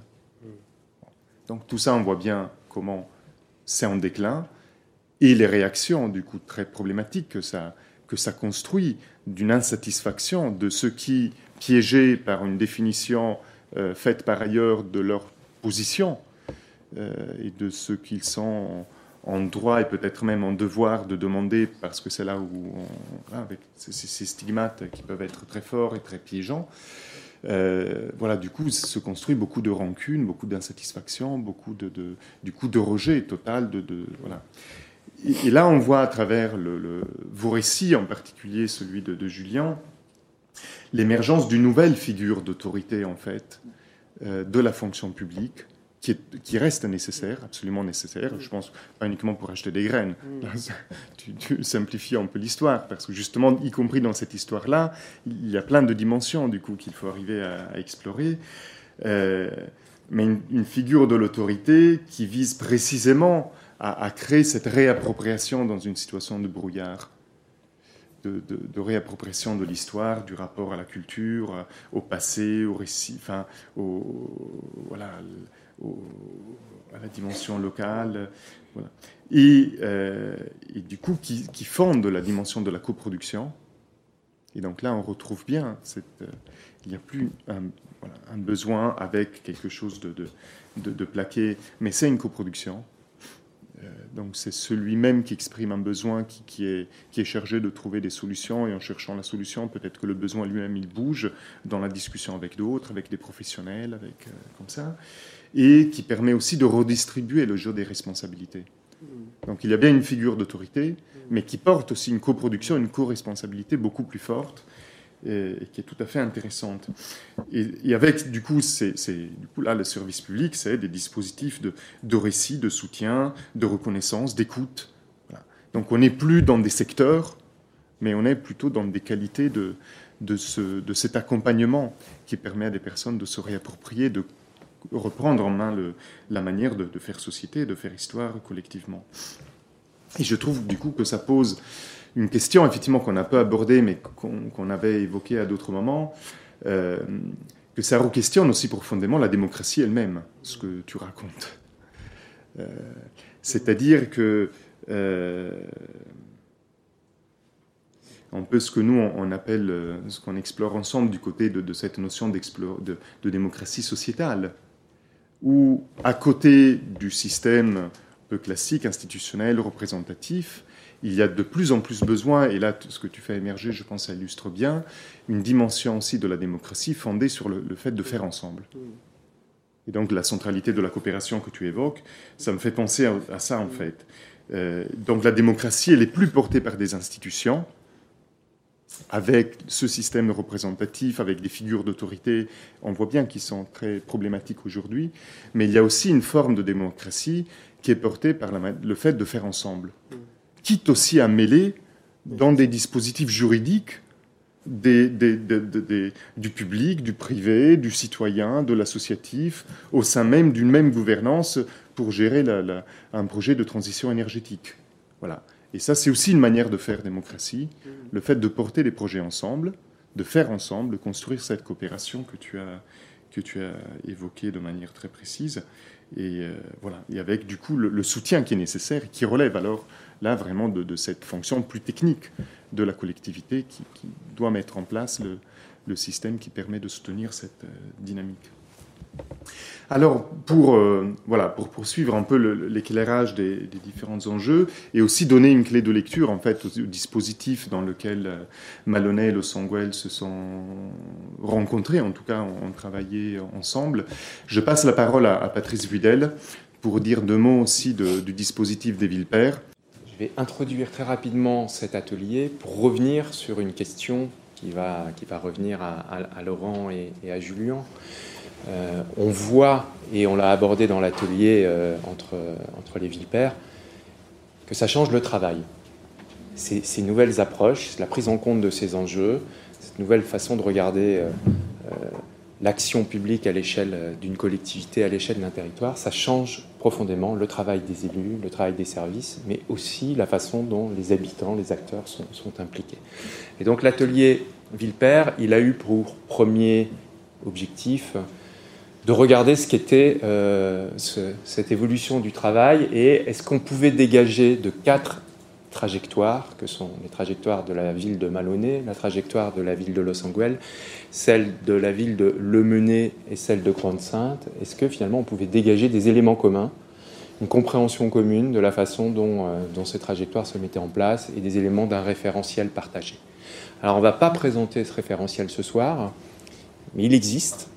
Donc tout ça, on voit bien comment c'est en déclin et les réactions, du coup, très problématiques que ça, que ça construit d'une insatisfaction de ceux qui, piégés par une définition euh, faite par ailleurs de leur position euh, et de ceux qu'ils sont en, en droit et peut-être même en devoir de demander, parce que c'est là où, on, avec ces, ces stigmates qui peuvent être très forts et très piégeants, Euh, voilà, du coup, se construit beaucoup de rancune, beaucoup d'insatisfaction, beaucoup de, de, du coup, de rejet total. De, de, voilà. et, et là, on voit à travers le, le, vos récits, en particulier celui de, de Julien, l'émergence d'une nouvelle figure d'autorité, en fait, euh, de la fonction publique, qui, est, qui reste nécessaire, absolument nécessaire. Je pense pas uniquement pour acheter des graines. Là, tu, tu simplifies un peu l'histoire, parce que justement, y compris dans cette histoire-là, il y a plein de dimensions du coup qu'il faut arriver à, à explorer. Euh, mais une, une figure de l'autorité qui vise précisément à, à créer cette réappropriation dans une situation de brouillard. De, de, de réappropriation de l'histoire, du rapport à la culture, au passé, au récit, enfin, au, voilà, au, à la dimension locale, voilà. et, euh, et du coup qui, qui fonde la dimension de la coproduction. Et donc là, on retrouve bien, cette, euh, il n'y a plus un, voilà, un besoin avec quelque chose de, de, de, de plaqué, mais c'est une coproduction. Donc c'est celui-même qui exprime un besoin qui, qui, est, qui est chargé de trouver des solutions, et en cherchant la solution, peut-être que le besoin lui-même, il bouge dans la discussion avec d'autres, avec des professionnels, avec, euh, comme ça, et qui permet aussi de redistribuer le jeu des responsabilités. Donc il y a bien une figure d'autorité, mais qui porte aussi une coproduction, une co-responsabilité beaucoup plus forte, et, et qui est tout à fait intéressante. Et, et avec, du coup, c'est, c'est, du coup, là, le service public, c'est des dispositifs de, de récit, de soutien, de reconnaissance, d'écoute. Voilà. Donc on n'est plus dans des secteurs, mais on est plutôt dans des qualités de, de, ce, de cet accompagnement qui permet à des personnes de se réapproprier, de reprendre en main le, la manière de, de faire société, de faire histoire collectivement. Et je trouve du coup que ça pose une question, effectivement, qu'on a peu abordée, mais qu'on, qu'on avait évoquée à d'autres moments, euh, que ça re-questionne aussi profondément la démocratie elle-même, ce que tu racontes. Euh, c'est-à-dire que euh, un peu ce que nous, on appelle, ce qu'on explore ensemble du côté de, de cette notion de, de démocratie sociétale, où, à côté du système un peu classique, institutionnel, représentatif, il y a de plus en plus besoin, et là, ce que tu fais émerger, je pense, ça illustre bien, une dimension aussi de la démocratie fondée sur le, le fait de faire ensemble. Et donc, la centralité de la coopération que tu évoques, ça me fait penser à, à ça, en fait. Euh, donc, la démocratie, elle est plus portée par des institutions, avec ce système représentatif, avec des figures d'autorité, on voit bien qu'ils sont très problématiques aujourd'hui, mais il y a aussi une forme de démocratie qui est portée par la, le fait de faire ensemble, quitte aussi à mêler dans des dispositifs juridiques des, des, des, des, des, du public, du privé, du citoyen, de l'associatif, au sein même d'une même gouvernance pour gérer la, la, un projet de transition énergétique. Voilà. Et ça, c'est aussi une manière de faire démocratie, le fait de porter des projets ensemble, de faire ensemble, de construire cette coopération que tu as, que tu as évoquée de manière très précise, et, euh, voilà. Et avec du coup le, le soutien qui est nécessaire, et qui relève alors là vraiment de, de cette fonction plus technique de la collectivité qui, qui doit mettre en place le, le système qui permet de soutenir cette euh, dynamique. Alors, pour, euh, voilà, pour poursuivre un peu le, l'éclairage des, des différents enjeux et aussi donner une clé de lecture en fait, au, au dispositif dans lequel euh, Maloney et Los Angeles se sont rencontrés, en tout cas ont, ont travaillé ensemble, je passe la parole à, à Patrice Vuidel pour dire deux mots aussi de, du dispositif des villes pairs. Je vais introduire très rapidement cet atelier pour revenir sur une question qui va, qui va revenir à, à, à Laurent et, et à Julien. Euh, on voit, et on l'a abordé dans l'atelier euh, entre, entre les villes pairs, que ça change le travail. Ces, ces nouvelles approches, la prise en compte de ces enjeux, cette nouvelle façon de regarder euh, euh, l'action publique à l'échelle d'une collectivité, à l'échelle d'un territoire, ça change profondément le travail des élus, le travail des services, mais aussi la façon dont les habitants, les acteurs sont, sont impliqués. Et donc l'atelier ville pair, il a eu pour premier objectif de regarder ce qu'était euh, ce, cette évolution du travail et est-ce qu'on pouvait dégager de quatre trajectoires, que sont les trajectoires de la ville de Maloney, la trajectoire de la ville de Los Angeles, celle de la ville de Le Menez et celle de Grande-Synthe, est-ce que finalement on pouvait dégager des éléments communs, une compréhension commune de la façon dont, euh, dont ces trajectoires se mettaient en place et des éléments d'un référentiel partagé. Alors on ne va pas présenter ce référentiel ce soir, mais il existe.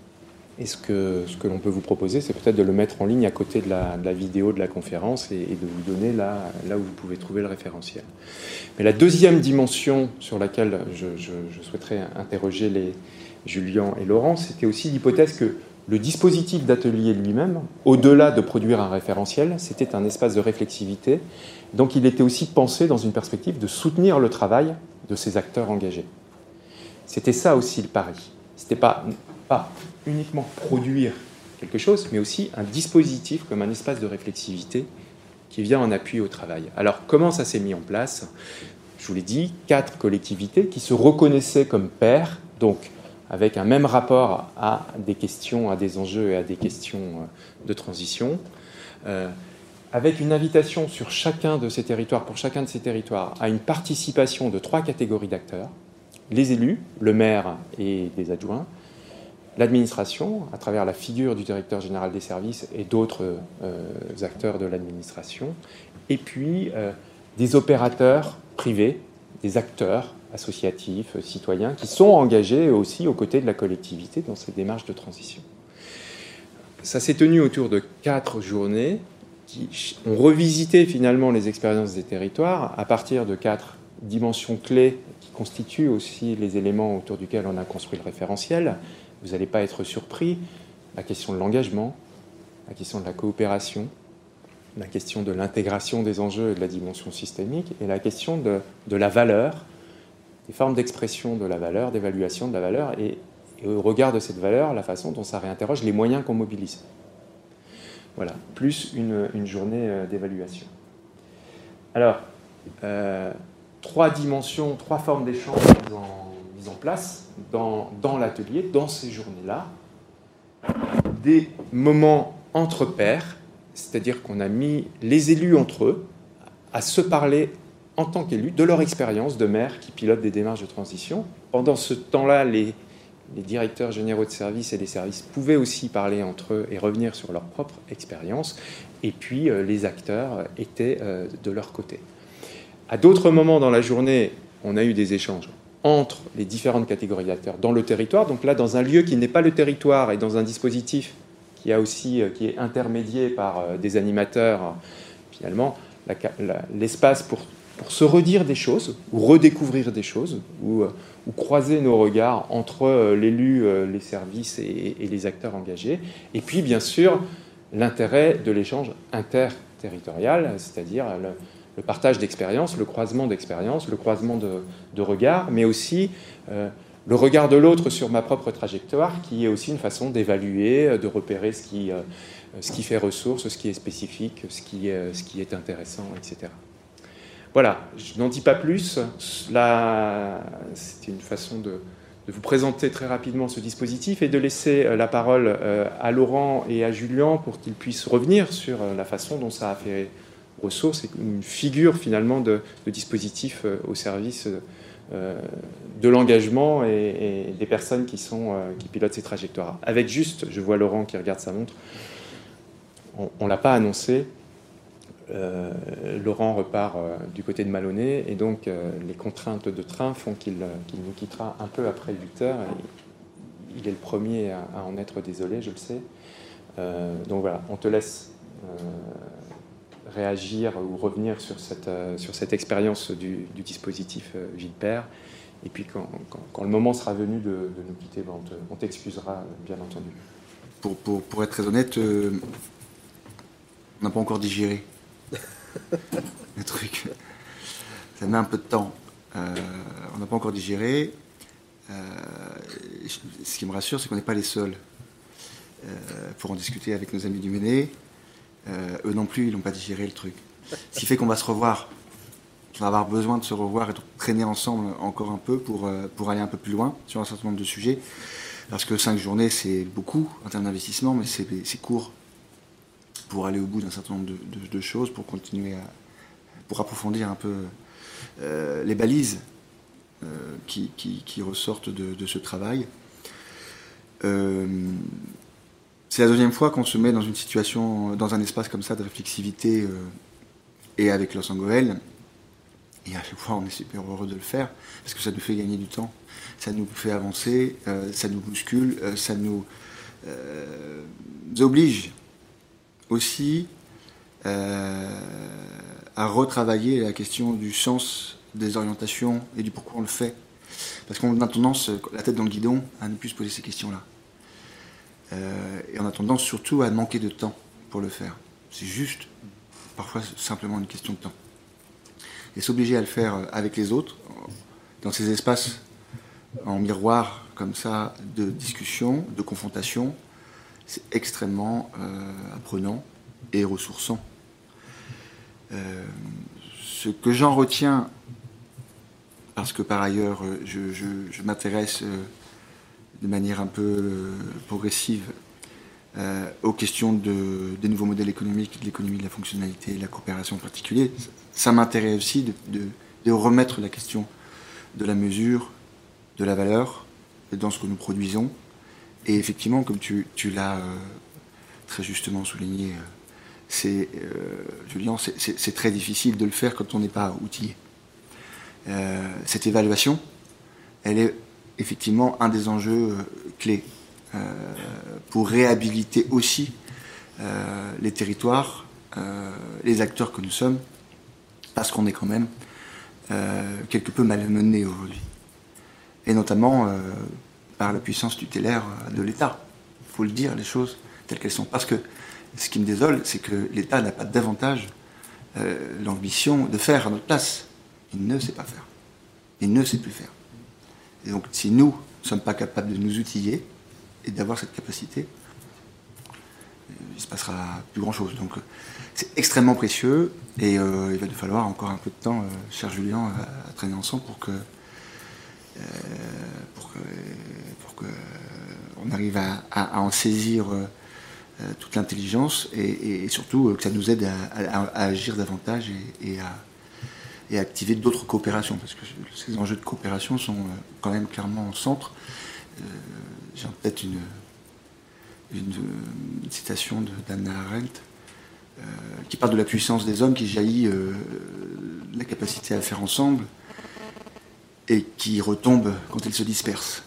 Et ce que, ce que l'on peut vous proposer, c'est peut-être de le mettre en ligne à côté de la, de la vidéo de la conférence et, et de vous donner là, là où vous pouvez trouver le référentiel. Mais la deuxième dimension sur laquelle je, je, je souhaiterais interroger les Julien et Laurent, c'était aussi l'hypothèse que le dispositif d'atelier lui-même, au-delà de produire un référentiel, c'était un espace de réflexivité. Donc il était aussi pensé dans une perspective de soutenir le travail de ces acteurs engagés. C'était ça aussi le pari. C'était pas... pas uniquement produire quelque chose, mais aussi un dispositif comme un espace de réflexivité qui vient en appui au travail. Alors, comment ça s'est mis en place ? Je vous l'ai dit, quatre collectivités qui se reconnaissaient comme pairs, donc avec un même rapport à des questions, à des enjeux et à des questions de transition, euh, avec une invitation sur chacun de ces territoires, pour chacun de ces territoires, à une participation de trois catégories d'acteurs, les élus, le maire et les adjoints, l'administration, à travers la figure du directeur général des services et d'autres euh, acteurs de l'administration, et puis euh, des opérateurs privés, des acteurs associatifs, citoyens, qui sont engagés aussi aux côtés de la collectivité dans ces démarches de transition. Ça s'est tenu autour de quatre journées qui ont revisité finalement les expériences des territoires à partir de quatre dimensions clés qui constituent aussi les éléments autour duquel on a construit le référentiel. Vous n'allez pas être surpris, la question de l'engagement, la question de la coopération, la question de l'intégration des enjeux et de la dimension systémique, et la question de, de la valeur, des formes d'expression de la valeur, d'évaluation de la valeur, et et au regard de cette valeur, la façon dont ça réinterroge les moyens qu'on mobilise. Voilà, plus une, une journée d'évaluation. Alors, euh, trois dimensions, trois formes d'échange mises en, mises en place dans, dans l'atelier, dans ces journées-là. Des moments entre pairs, c'est-à-dire qu'on a mis les élus entre eux à se parler en tant qu'élus de leur expérience de maire qui pilote des démarches de transition. Pendant ce temps-là, les, les directeurs généraux de services et des services pouvaient aussi parler entre eux et revenir sur leur propre expérience. Et puis, euh, les acteurs étaient euh, de leur côté. À d'autres moments dans la journée, on a eu des échanges entre les différentes catégories d'acteurs dans le territoire. Donc là, dans un lieu qui n'est pas le territoire et dans un dispositif qui, a aussi, euh, qui est intermédié par euh, des animateurs, euh, finalement, la, la, l'espace pour, pour se redire des choses, ou redécouvrir des choses, ou, euh, ou croiser nos regards entre euh, l'élu, euh, les services et, et les acteurs engagés. Et puis, bien sûr, l'intérêt de l'échange interterritorial, c'est-à-dire le, le partage d'expériences, le croisement d'expériences, le croisement de, de regards, mais aussi euh, le regard de l'autre sur ma propre trajectoire, qui est aussi une façon d'évaluer, de repérer ce qui, euh, ce qui fait ressource, ce qui est spécifique, ce qui, euh, ce qui est intéressant, et cetera. Voilà, je n'en dis pas plus. Là, c'était une façon de, de vous présenter très rapidement ce dispositif et de laisser la parole à Laurent et à Julien pour qu'ils puissent revenir sur la façon dont ça a fait ressource et une figure finalement de, de dispositif au service de l'engagement et, et des personnes qui, sont, qui pilotent ces trajectoires. Avec juste, je vois Laurent qui regarde sa montre, on ne l'a pas annoncé, Euh, Laurent repart euh, du côté de Malonnet et donc euh, les contraintes de train font qu'il, euh, qu'il nous quittera un peu après huit heures et il est le premier à, à en être désolé, je le sais. Euh, donc voilà, on te laisse euh, réagir ou revenir sur cette, euh, sur cette expérience du, du dispositif euh, Villepère et puis quand, quand, quand le moment sera venu de, de nous quitter, ben on, te, on t'excusera bien entendu. Pour, pour, pour être très honnête, euh, on n'a pas encore digéré le truc, ça met un peu de temps. Euh, on n'a pas encore digéré. Euh, ce qui me rassure, c'est qu'on n'est pas les seuls euh, pour en discuter avec nos amis du Méné. Euh, eux non plus, ils n'ont pas digéré le truc. Ce qui fait qu'on va se revoir. On va avoir besoin de se revoir et de traîner ensemble encore un peu pour, euh, pour aller un peu plus loin sur un certain nombre de sujets. Parce que cinq journées, c'est beaucoup en termes d'investissement, mais c'est, c'est court pour aller au bout d'un certain nombre de, de, de choses, pour continuer à, pour approfondir un peu euh, les balises euh, qui, qui, qui ressortent de, de ce travail. Euh, c'est la deuxième fois qu'on se met dans une situation, dans un espace comme ça de réflexivité euh, et avec Los Angoel. Et à chaque fois, on est super heureux de le faire parce que ça nous fait gagner du temps, ça nous fait avancer, euh, ça nous bouscule, euh, ça nous euh, oblige aussi euh, à retravailler la question du sens des orientations et du pourquoi on le fait. Parce qu'on a tendance, la tête dans le guidon, à ne plus se poser ces questions-là. Euh, et on a tendance surtout à manquer de temps pour le faire. C'est juste, parfois, simplement une question de temps. Et s'obliger à le faire avec les autres, dans ces espaces en miroir, comme ça, de discussion, de confrontation, c'est extrêmement euh, apprenant et ressourçant. Euh, ce que j'en retiens, parce que par ailleurs je, je, je m'intéresse euh, de manière un peu euh, progressive euh, aux questions de, des nouveaux modèles économiques, de l'économie de la fonctionnalité et de la coopération en particulier, ça m'intéresse aussi de, de, de remettre la question de la mesure, de la valeur dans ce que nous produisons. Et effectivement, comme tu, tu l'as euh, très justement souligné, euh, c'est, euh, Julien, c'est, c'est, c'est très difficile de le faire quand on n'est pas outillé. Euh, cette évaluation, elle est effectivement un des enjeux euh, clés euh, pour réhabiliter aussi euh, les territoires, euh, les acteurs que nous sommes, parce qu'on est quand même euh, quelque peu malmenés aujourd'hui. Et notamment euh, par la puissance tutélaire de l'État. Il faut le dire, les choses telles qu'elles sont. Parce que ce qui me désole, c'est que l'État n'a pas davantage euh, l'ambition de faire à notre place. Il ne sait pas faire. Il ne sait plus faire. Et donc, si nous ne sommes pas capables de nous outiller et d'avoir cette capacité, il ne se passera plus grand-chose. Donc c'est extrêmement précieux et euh, il va nous falloir encore un peu de temps, euh, cher Julien, à, à traîner ensemble pour que, euh, pour que, pour que on arrive à, à, à en saisir euh, toute l'intelligence et, et surtout euh, que ça nous aide à, à, à agir davantage et, et, à, et à activer d'autres coopérations, parce que ces enjeux de coopération sont euh, quand même clairement au centre. Euh, j'ai en tête une, une, une citation de d'Hannah Arendt euh, qui parle de la puissance des hommes qui jaillit euh, de la capacité à faire ensemble et qui retombe quand ils se dispersent.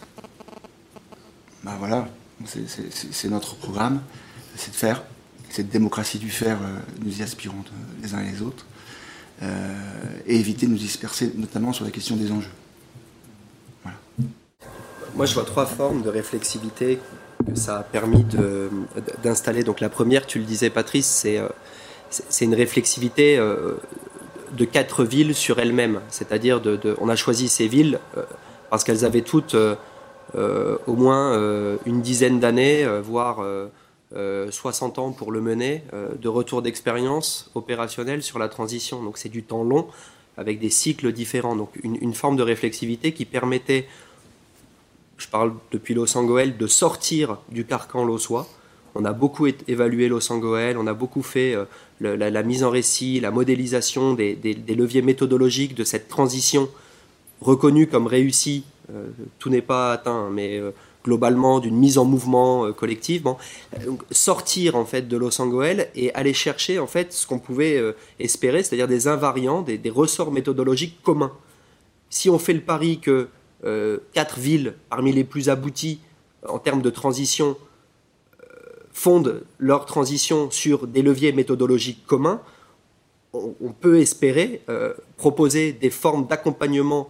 Ben voilà, c'est, c'est, c'est notre programme, c'est de faire. Cette démocratie du faire, euh, nous y aspirons de, les uns et les autres, euh, et éviter de nous disperser, notamment sur la question des enjeux. Voilà. Moi, je vois trois formes de réflexivité que ça a permis de, d'installer. Donc la première, tu le disais Patrice, c'est, c'est une réflexivité de quatre villes sur elles-mêmes. C'est-à-dire, de, de, on a choisi ces villes parce qu'elles avaient toutes euh, au moins euh, une dizaine d'années, voire euh, soixante ans pour le mener, de retour d'expérience opérationnelle sur la transition. Donc c'est du temps long, avec des cycles différents. Donc une, une forme de réflexivité qui permettait, je parle depuis Lausanne-Gohelle, de sortir du carcan lausois. On a beaucoup évalué Lausanne-Gohelle, on a beaucoup fait euh, le, la, la mise en récit, la modélisation des, des, des leviers méthodologiques de cette transition reconnue comme réussie. Euh, tout n'est pas atteint, mais euh, globalement d'une mise en mouvement euh, collective. Bon, donc, sortir en fait de Lausanne-Gohelle et aller chercher en fait ce qu'on pouvait euh, espérer, c'est-à-dire des invariants, des, des ressorts méthodologiques communs. Si on fait le pari que euh, quatre villes parmi les plus abouties en termes de transition fondent leur transition sur des leviers méthodologiques communs, on, on peut espérer euh, proposer des formes d'accompagnement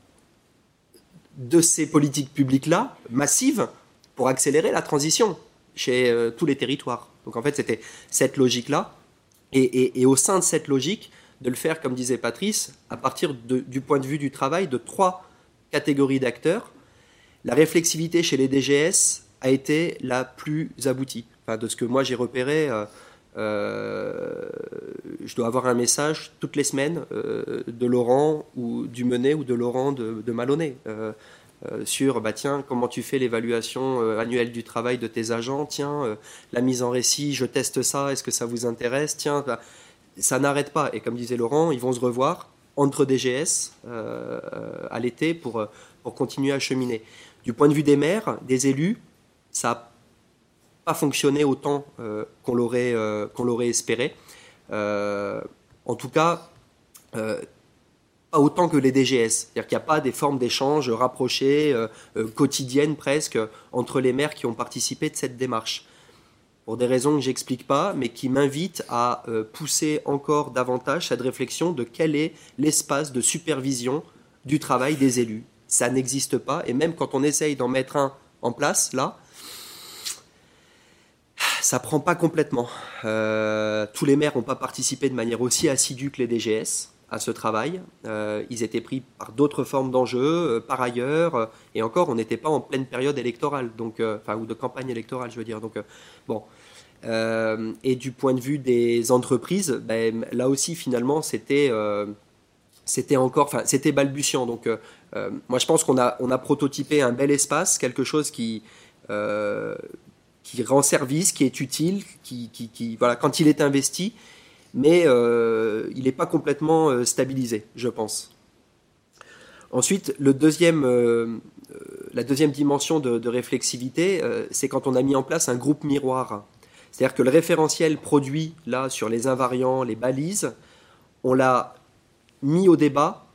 de ces politiques publiques-là, massives, pour accélérer la transition chez euh, tous les territoires. Donc en fait, c'était cette logique-là, et, et, et au sein de cette logique, de le faire, comme disait Patrice, à partir de, du point de vue du travail de trois catégories d'acteurs. La réflexivité chez les D G S a été la plus aboutie. Enfin, de ce que moi j'ai repéré, euh, euh, je dois avoir un message toutes les semaines euh, de Laurent ou du Menet ou de Laurent de, de Malonnet euh, euh, sur bah, tiens, comment tu fais l'évaluation euh, annuelle du travail de tes agents, tiens, euh, la mise en récit, je teste ça, est-ce que ça vous intéresse, tiens, bah, ça n'arrête pas. Et comme disait Laurent, ils vont se revoir entre D G S euh, à l'été pour, pour continuer à cheminer. Du point de vue des maires, des élus, ça a pas fonctionné autant euh, qu'on l'aurait, euh, qu'on l'aurait espéré. Euh, en tout cas, euh, pas autant que les D G S. C'est-à-dire qu'il n'y a pas des formes d'échange rapprochées, euh, euh, quotidiennes presque, entre les maires qui ont participé de cette démarche. Pour des raisons que je n'explique pas, mais qui m'invitent à euh, pousser encore davantage cette réflexion de quel est l'espace de supervision du travail des élus. Ça n'existe pas, et même quand on essaye d'en mettre un en place, là, ça prend pas complètement. Euh, tous les maires n'ont pas participé de manière aussi assidue que les D G S à ce travail. Euh, ils étaient pris par d'autres formes d'enjeux, euh, par ailleurs, euh, et encore, on n'était pas en pleine période électorale, donc, euh, enfin, ou de campagne électorale, je veux dire. Donc, euh, bon. Euh, et du point de vue des entreprises, ben, là aussi, finalement, c'était, euh, c'était encore, enfin, c'était balbutiant. Donc, euh, euh, moi, je pense qu'on a, on a prototypé un bel espace, quelque chose qui euh, qui rend service, qui est utile, qui, qui, qui, voilà, quand il est investi, mais euh, il n'est pas complètement euh, stabilisé, je pense. Ensuite, le deuxième, euh, la deuxième dimension de, de réflexivité, euh, c'est quand on a mis en place un groupe miroir. C'est-à-dire que le référentiel produit là, sur les invariants, les balises, on l'a mis au débat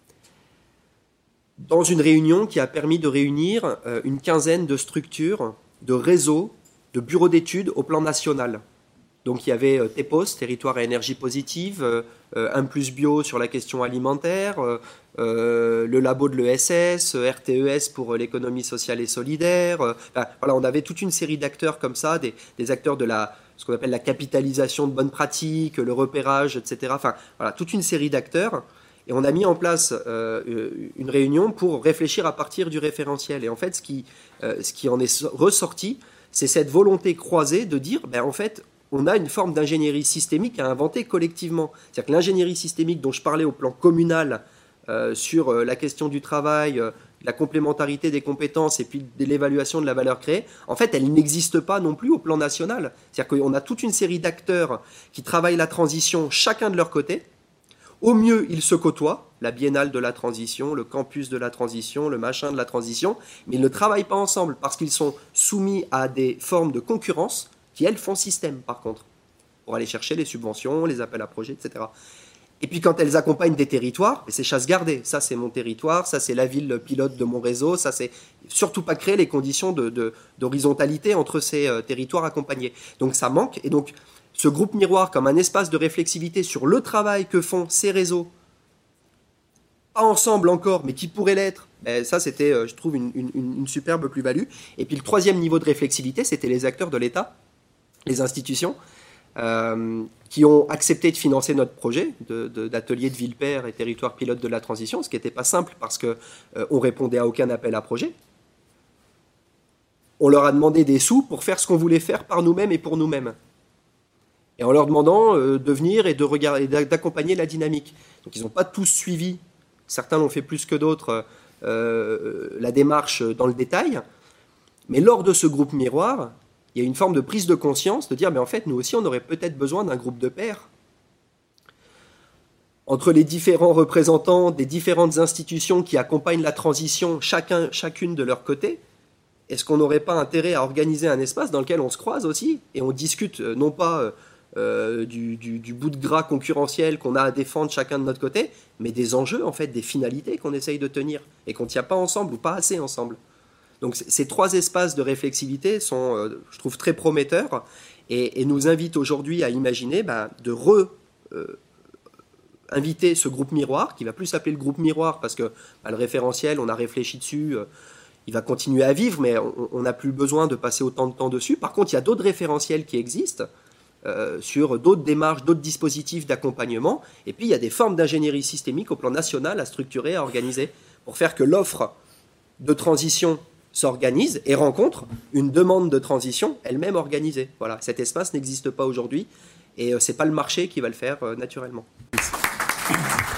dans une réunion qui a permis de réunir euh, une quinzaine de structures, de réseaux, de bureaux d'études au plan national. Donc il y avait euh, TEPOS, Territoire à énergie positive, euh, un plus bio sur la question alimentaire, euh, euh, le labo de l'E S S, R T E S pour l'économie sociale et solidaire. Euh, ben, voilà, on avait toute une série d'acteurs comme ça, des, des acteurs de la, ce qu'on appelle la capitalisation de bonnes pratiques, le repérage, et cetera. Enfin, voilà, toute une série d'acteurs. Et on a mis en place euh, une réunion pour réfléchir à partir du référentiel. Et en fait, ce qui, euh, ce qui en est ressorti, c'est cette volonté croisée de dire, ben, en fait, on a une forme d'ingénierie systémique à inventer collectivement. C'est-à-dire que l'ingénierie systémique dont je parlais au plan communal euh, sur euh, la question du travail, euh, la complémentarité des compétences et puis de l'évaluation de la valeur créée, en fait, elle n'existe pas non plus au plan national. C'est-à-dire qu'on a toute une série d'acteurs qui travaillent la transition chacun de leur côté. Au mieux, ils se côtoient, la biennale de la transition, le campus de la transition, le machin de la transition, mais ils ne travaillent pas ensemble parce qu'ils sont soumis à des formes de concurrence qui, elles, font système, par contre, pour aller chercher les subventions, les appels à projets, et cetera. Et puis quand elles accompagnent des territoires, c'est chasse gardée. Ça, c'est mon territoire, ça, c'est la ville pilote de mon réseau, ça, c'est surtout pas créer les conditions de, de, d'horizontalité entre ces euh, territoires accompagnés. Donc ça manque, et donc ce groupe miroir comme un espace de réflexivité sur le travail que font ces réseaux, pas ensemble encore, mais qui pourraient l'être, ben ça c'était, je trouve, une, une, une superbe plus-value. Et puis le troisième niveau de réflexivité, c'était les acteurs de l'État, les institutions, euh, qui ont accepté de financer notre projet de, de, d'atelier de Ville-Père et territoire pilote de la transition, ce qui n'était pas simple parce qu'on euh, répondait à aucun appel à projet. On leur a demandé des sous pour faire ce qu'on voulait faire par nous-mêmes et pour nous-mêmes. Et en leur demandant euh, de venir et de regarder, d'accompagner la dynamique. Donc ils n'ont pas tous suivi, certains l'ont fait plus que d'autres, euh, la démarche dans le détail. Mais lors de ce groupe miroir, il y a une forme de prise de conscience, de dire, mais en fait, nous aussi, on aurait peut-être besoin d'un groupe de pairs. Entre les différents représentants des différentes institutions qui accompagnent la transition, chacun, chacune de leur côté, est-ce qu'on n'aurait pas intérêt à organiser un espace dans lequel on se croise aussi et on discute, non pas euh, du, du, du bout de gras concurrentiel qu'on a à défendre chacun de notre côté, mais des enjeux, en fait, des finalités qu'on essaye de tenir et qu'on ne tient pas ensemble ou pas assez ensemble. Donc ces trois espaces de réflexivité sont, euh, je trouve, très prometteurs et, et nous invitent aujourd'hui à imaginer bah, de re... Euh, inviter ce groupe miroir, qui va plus s'appeler le groupe miroir, parce que bah, le référentiel, on a réfléchi dessus, euh, il va continuer à vivre, mais on n'a plus besoin de passer autant de temps dessus. Par contre, il y a d'autres référentiels qui existent, euh, sur d'autres démarches, d'autres dispositifs d'accompagnement, et puis il y a des formes d'ingénierie systémique au plan national à structurer, à organiser, pour faire que l'offre de transition s'organise et rencontre une demande de transition elle-même organisée. Voilà, cet espace n'existe pas aujourd'hui, et euh, ce n'est pas le marché qui va le faire euh, naturellement. Merci.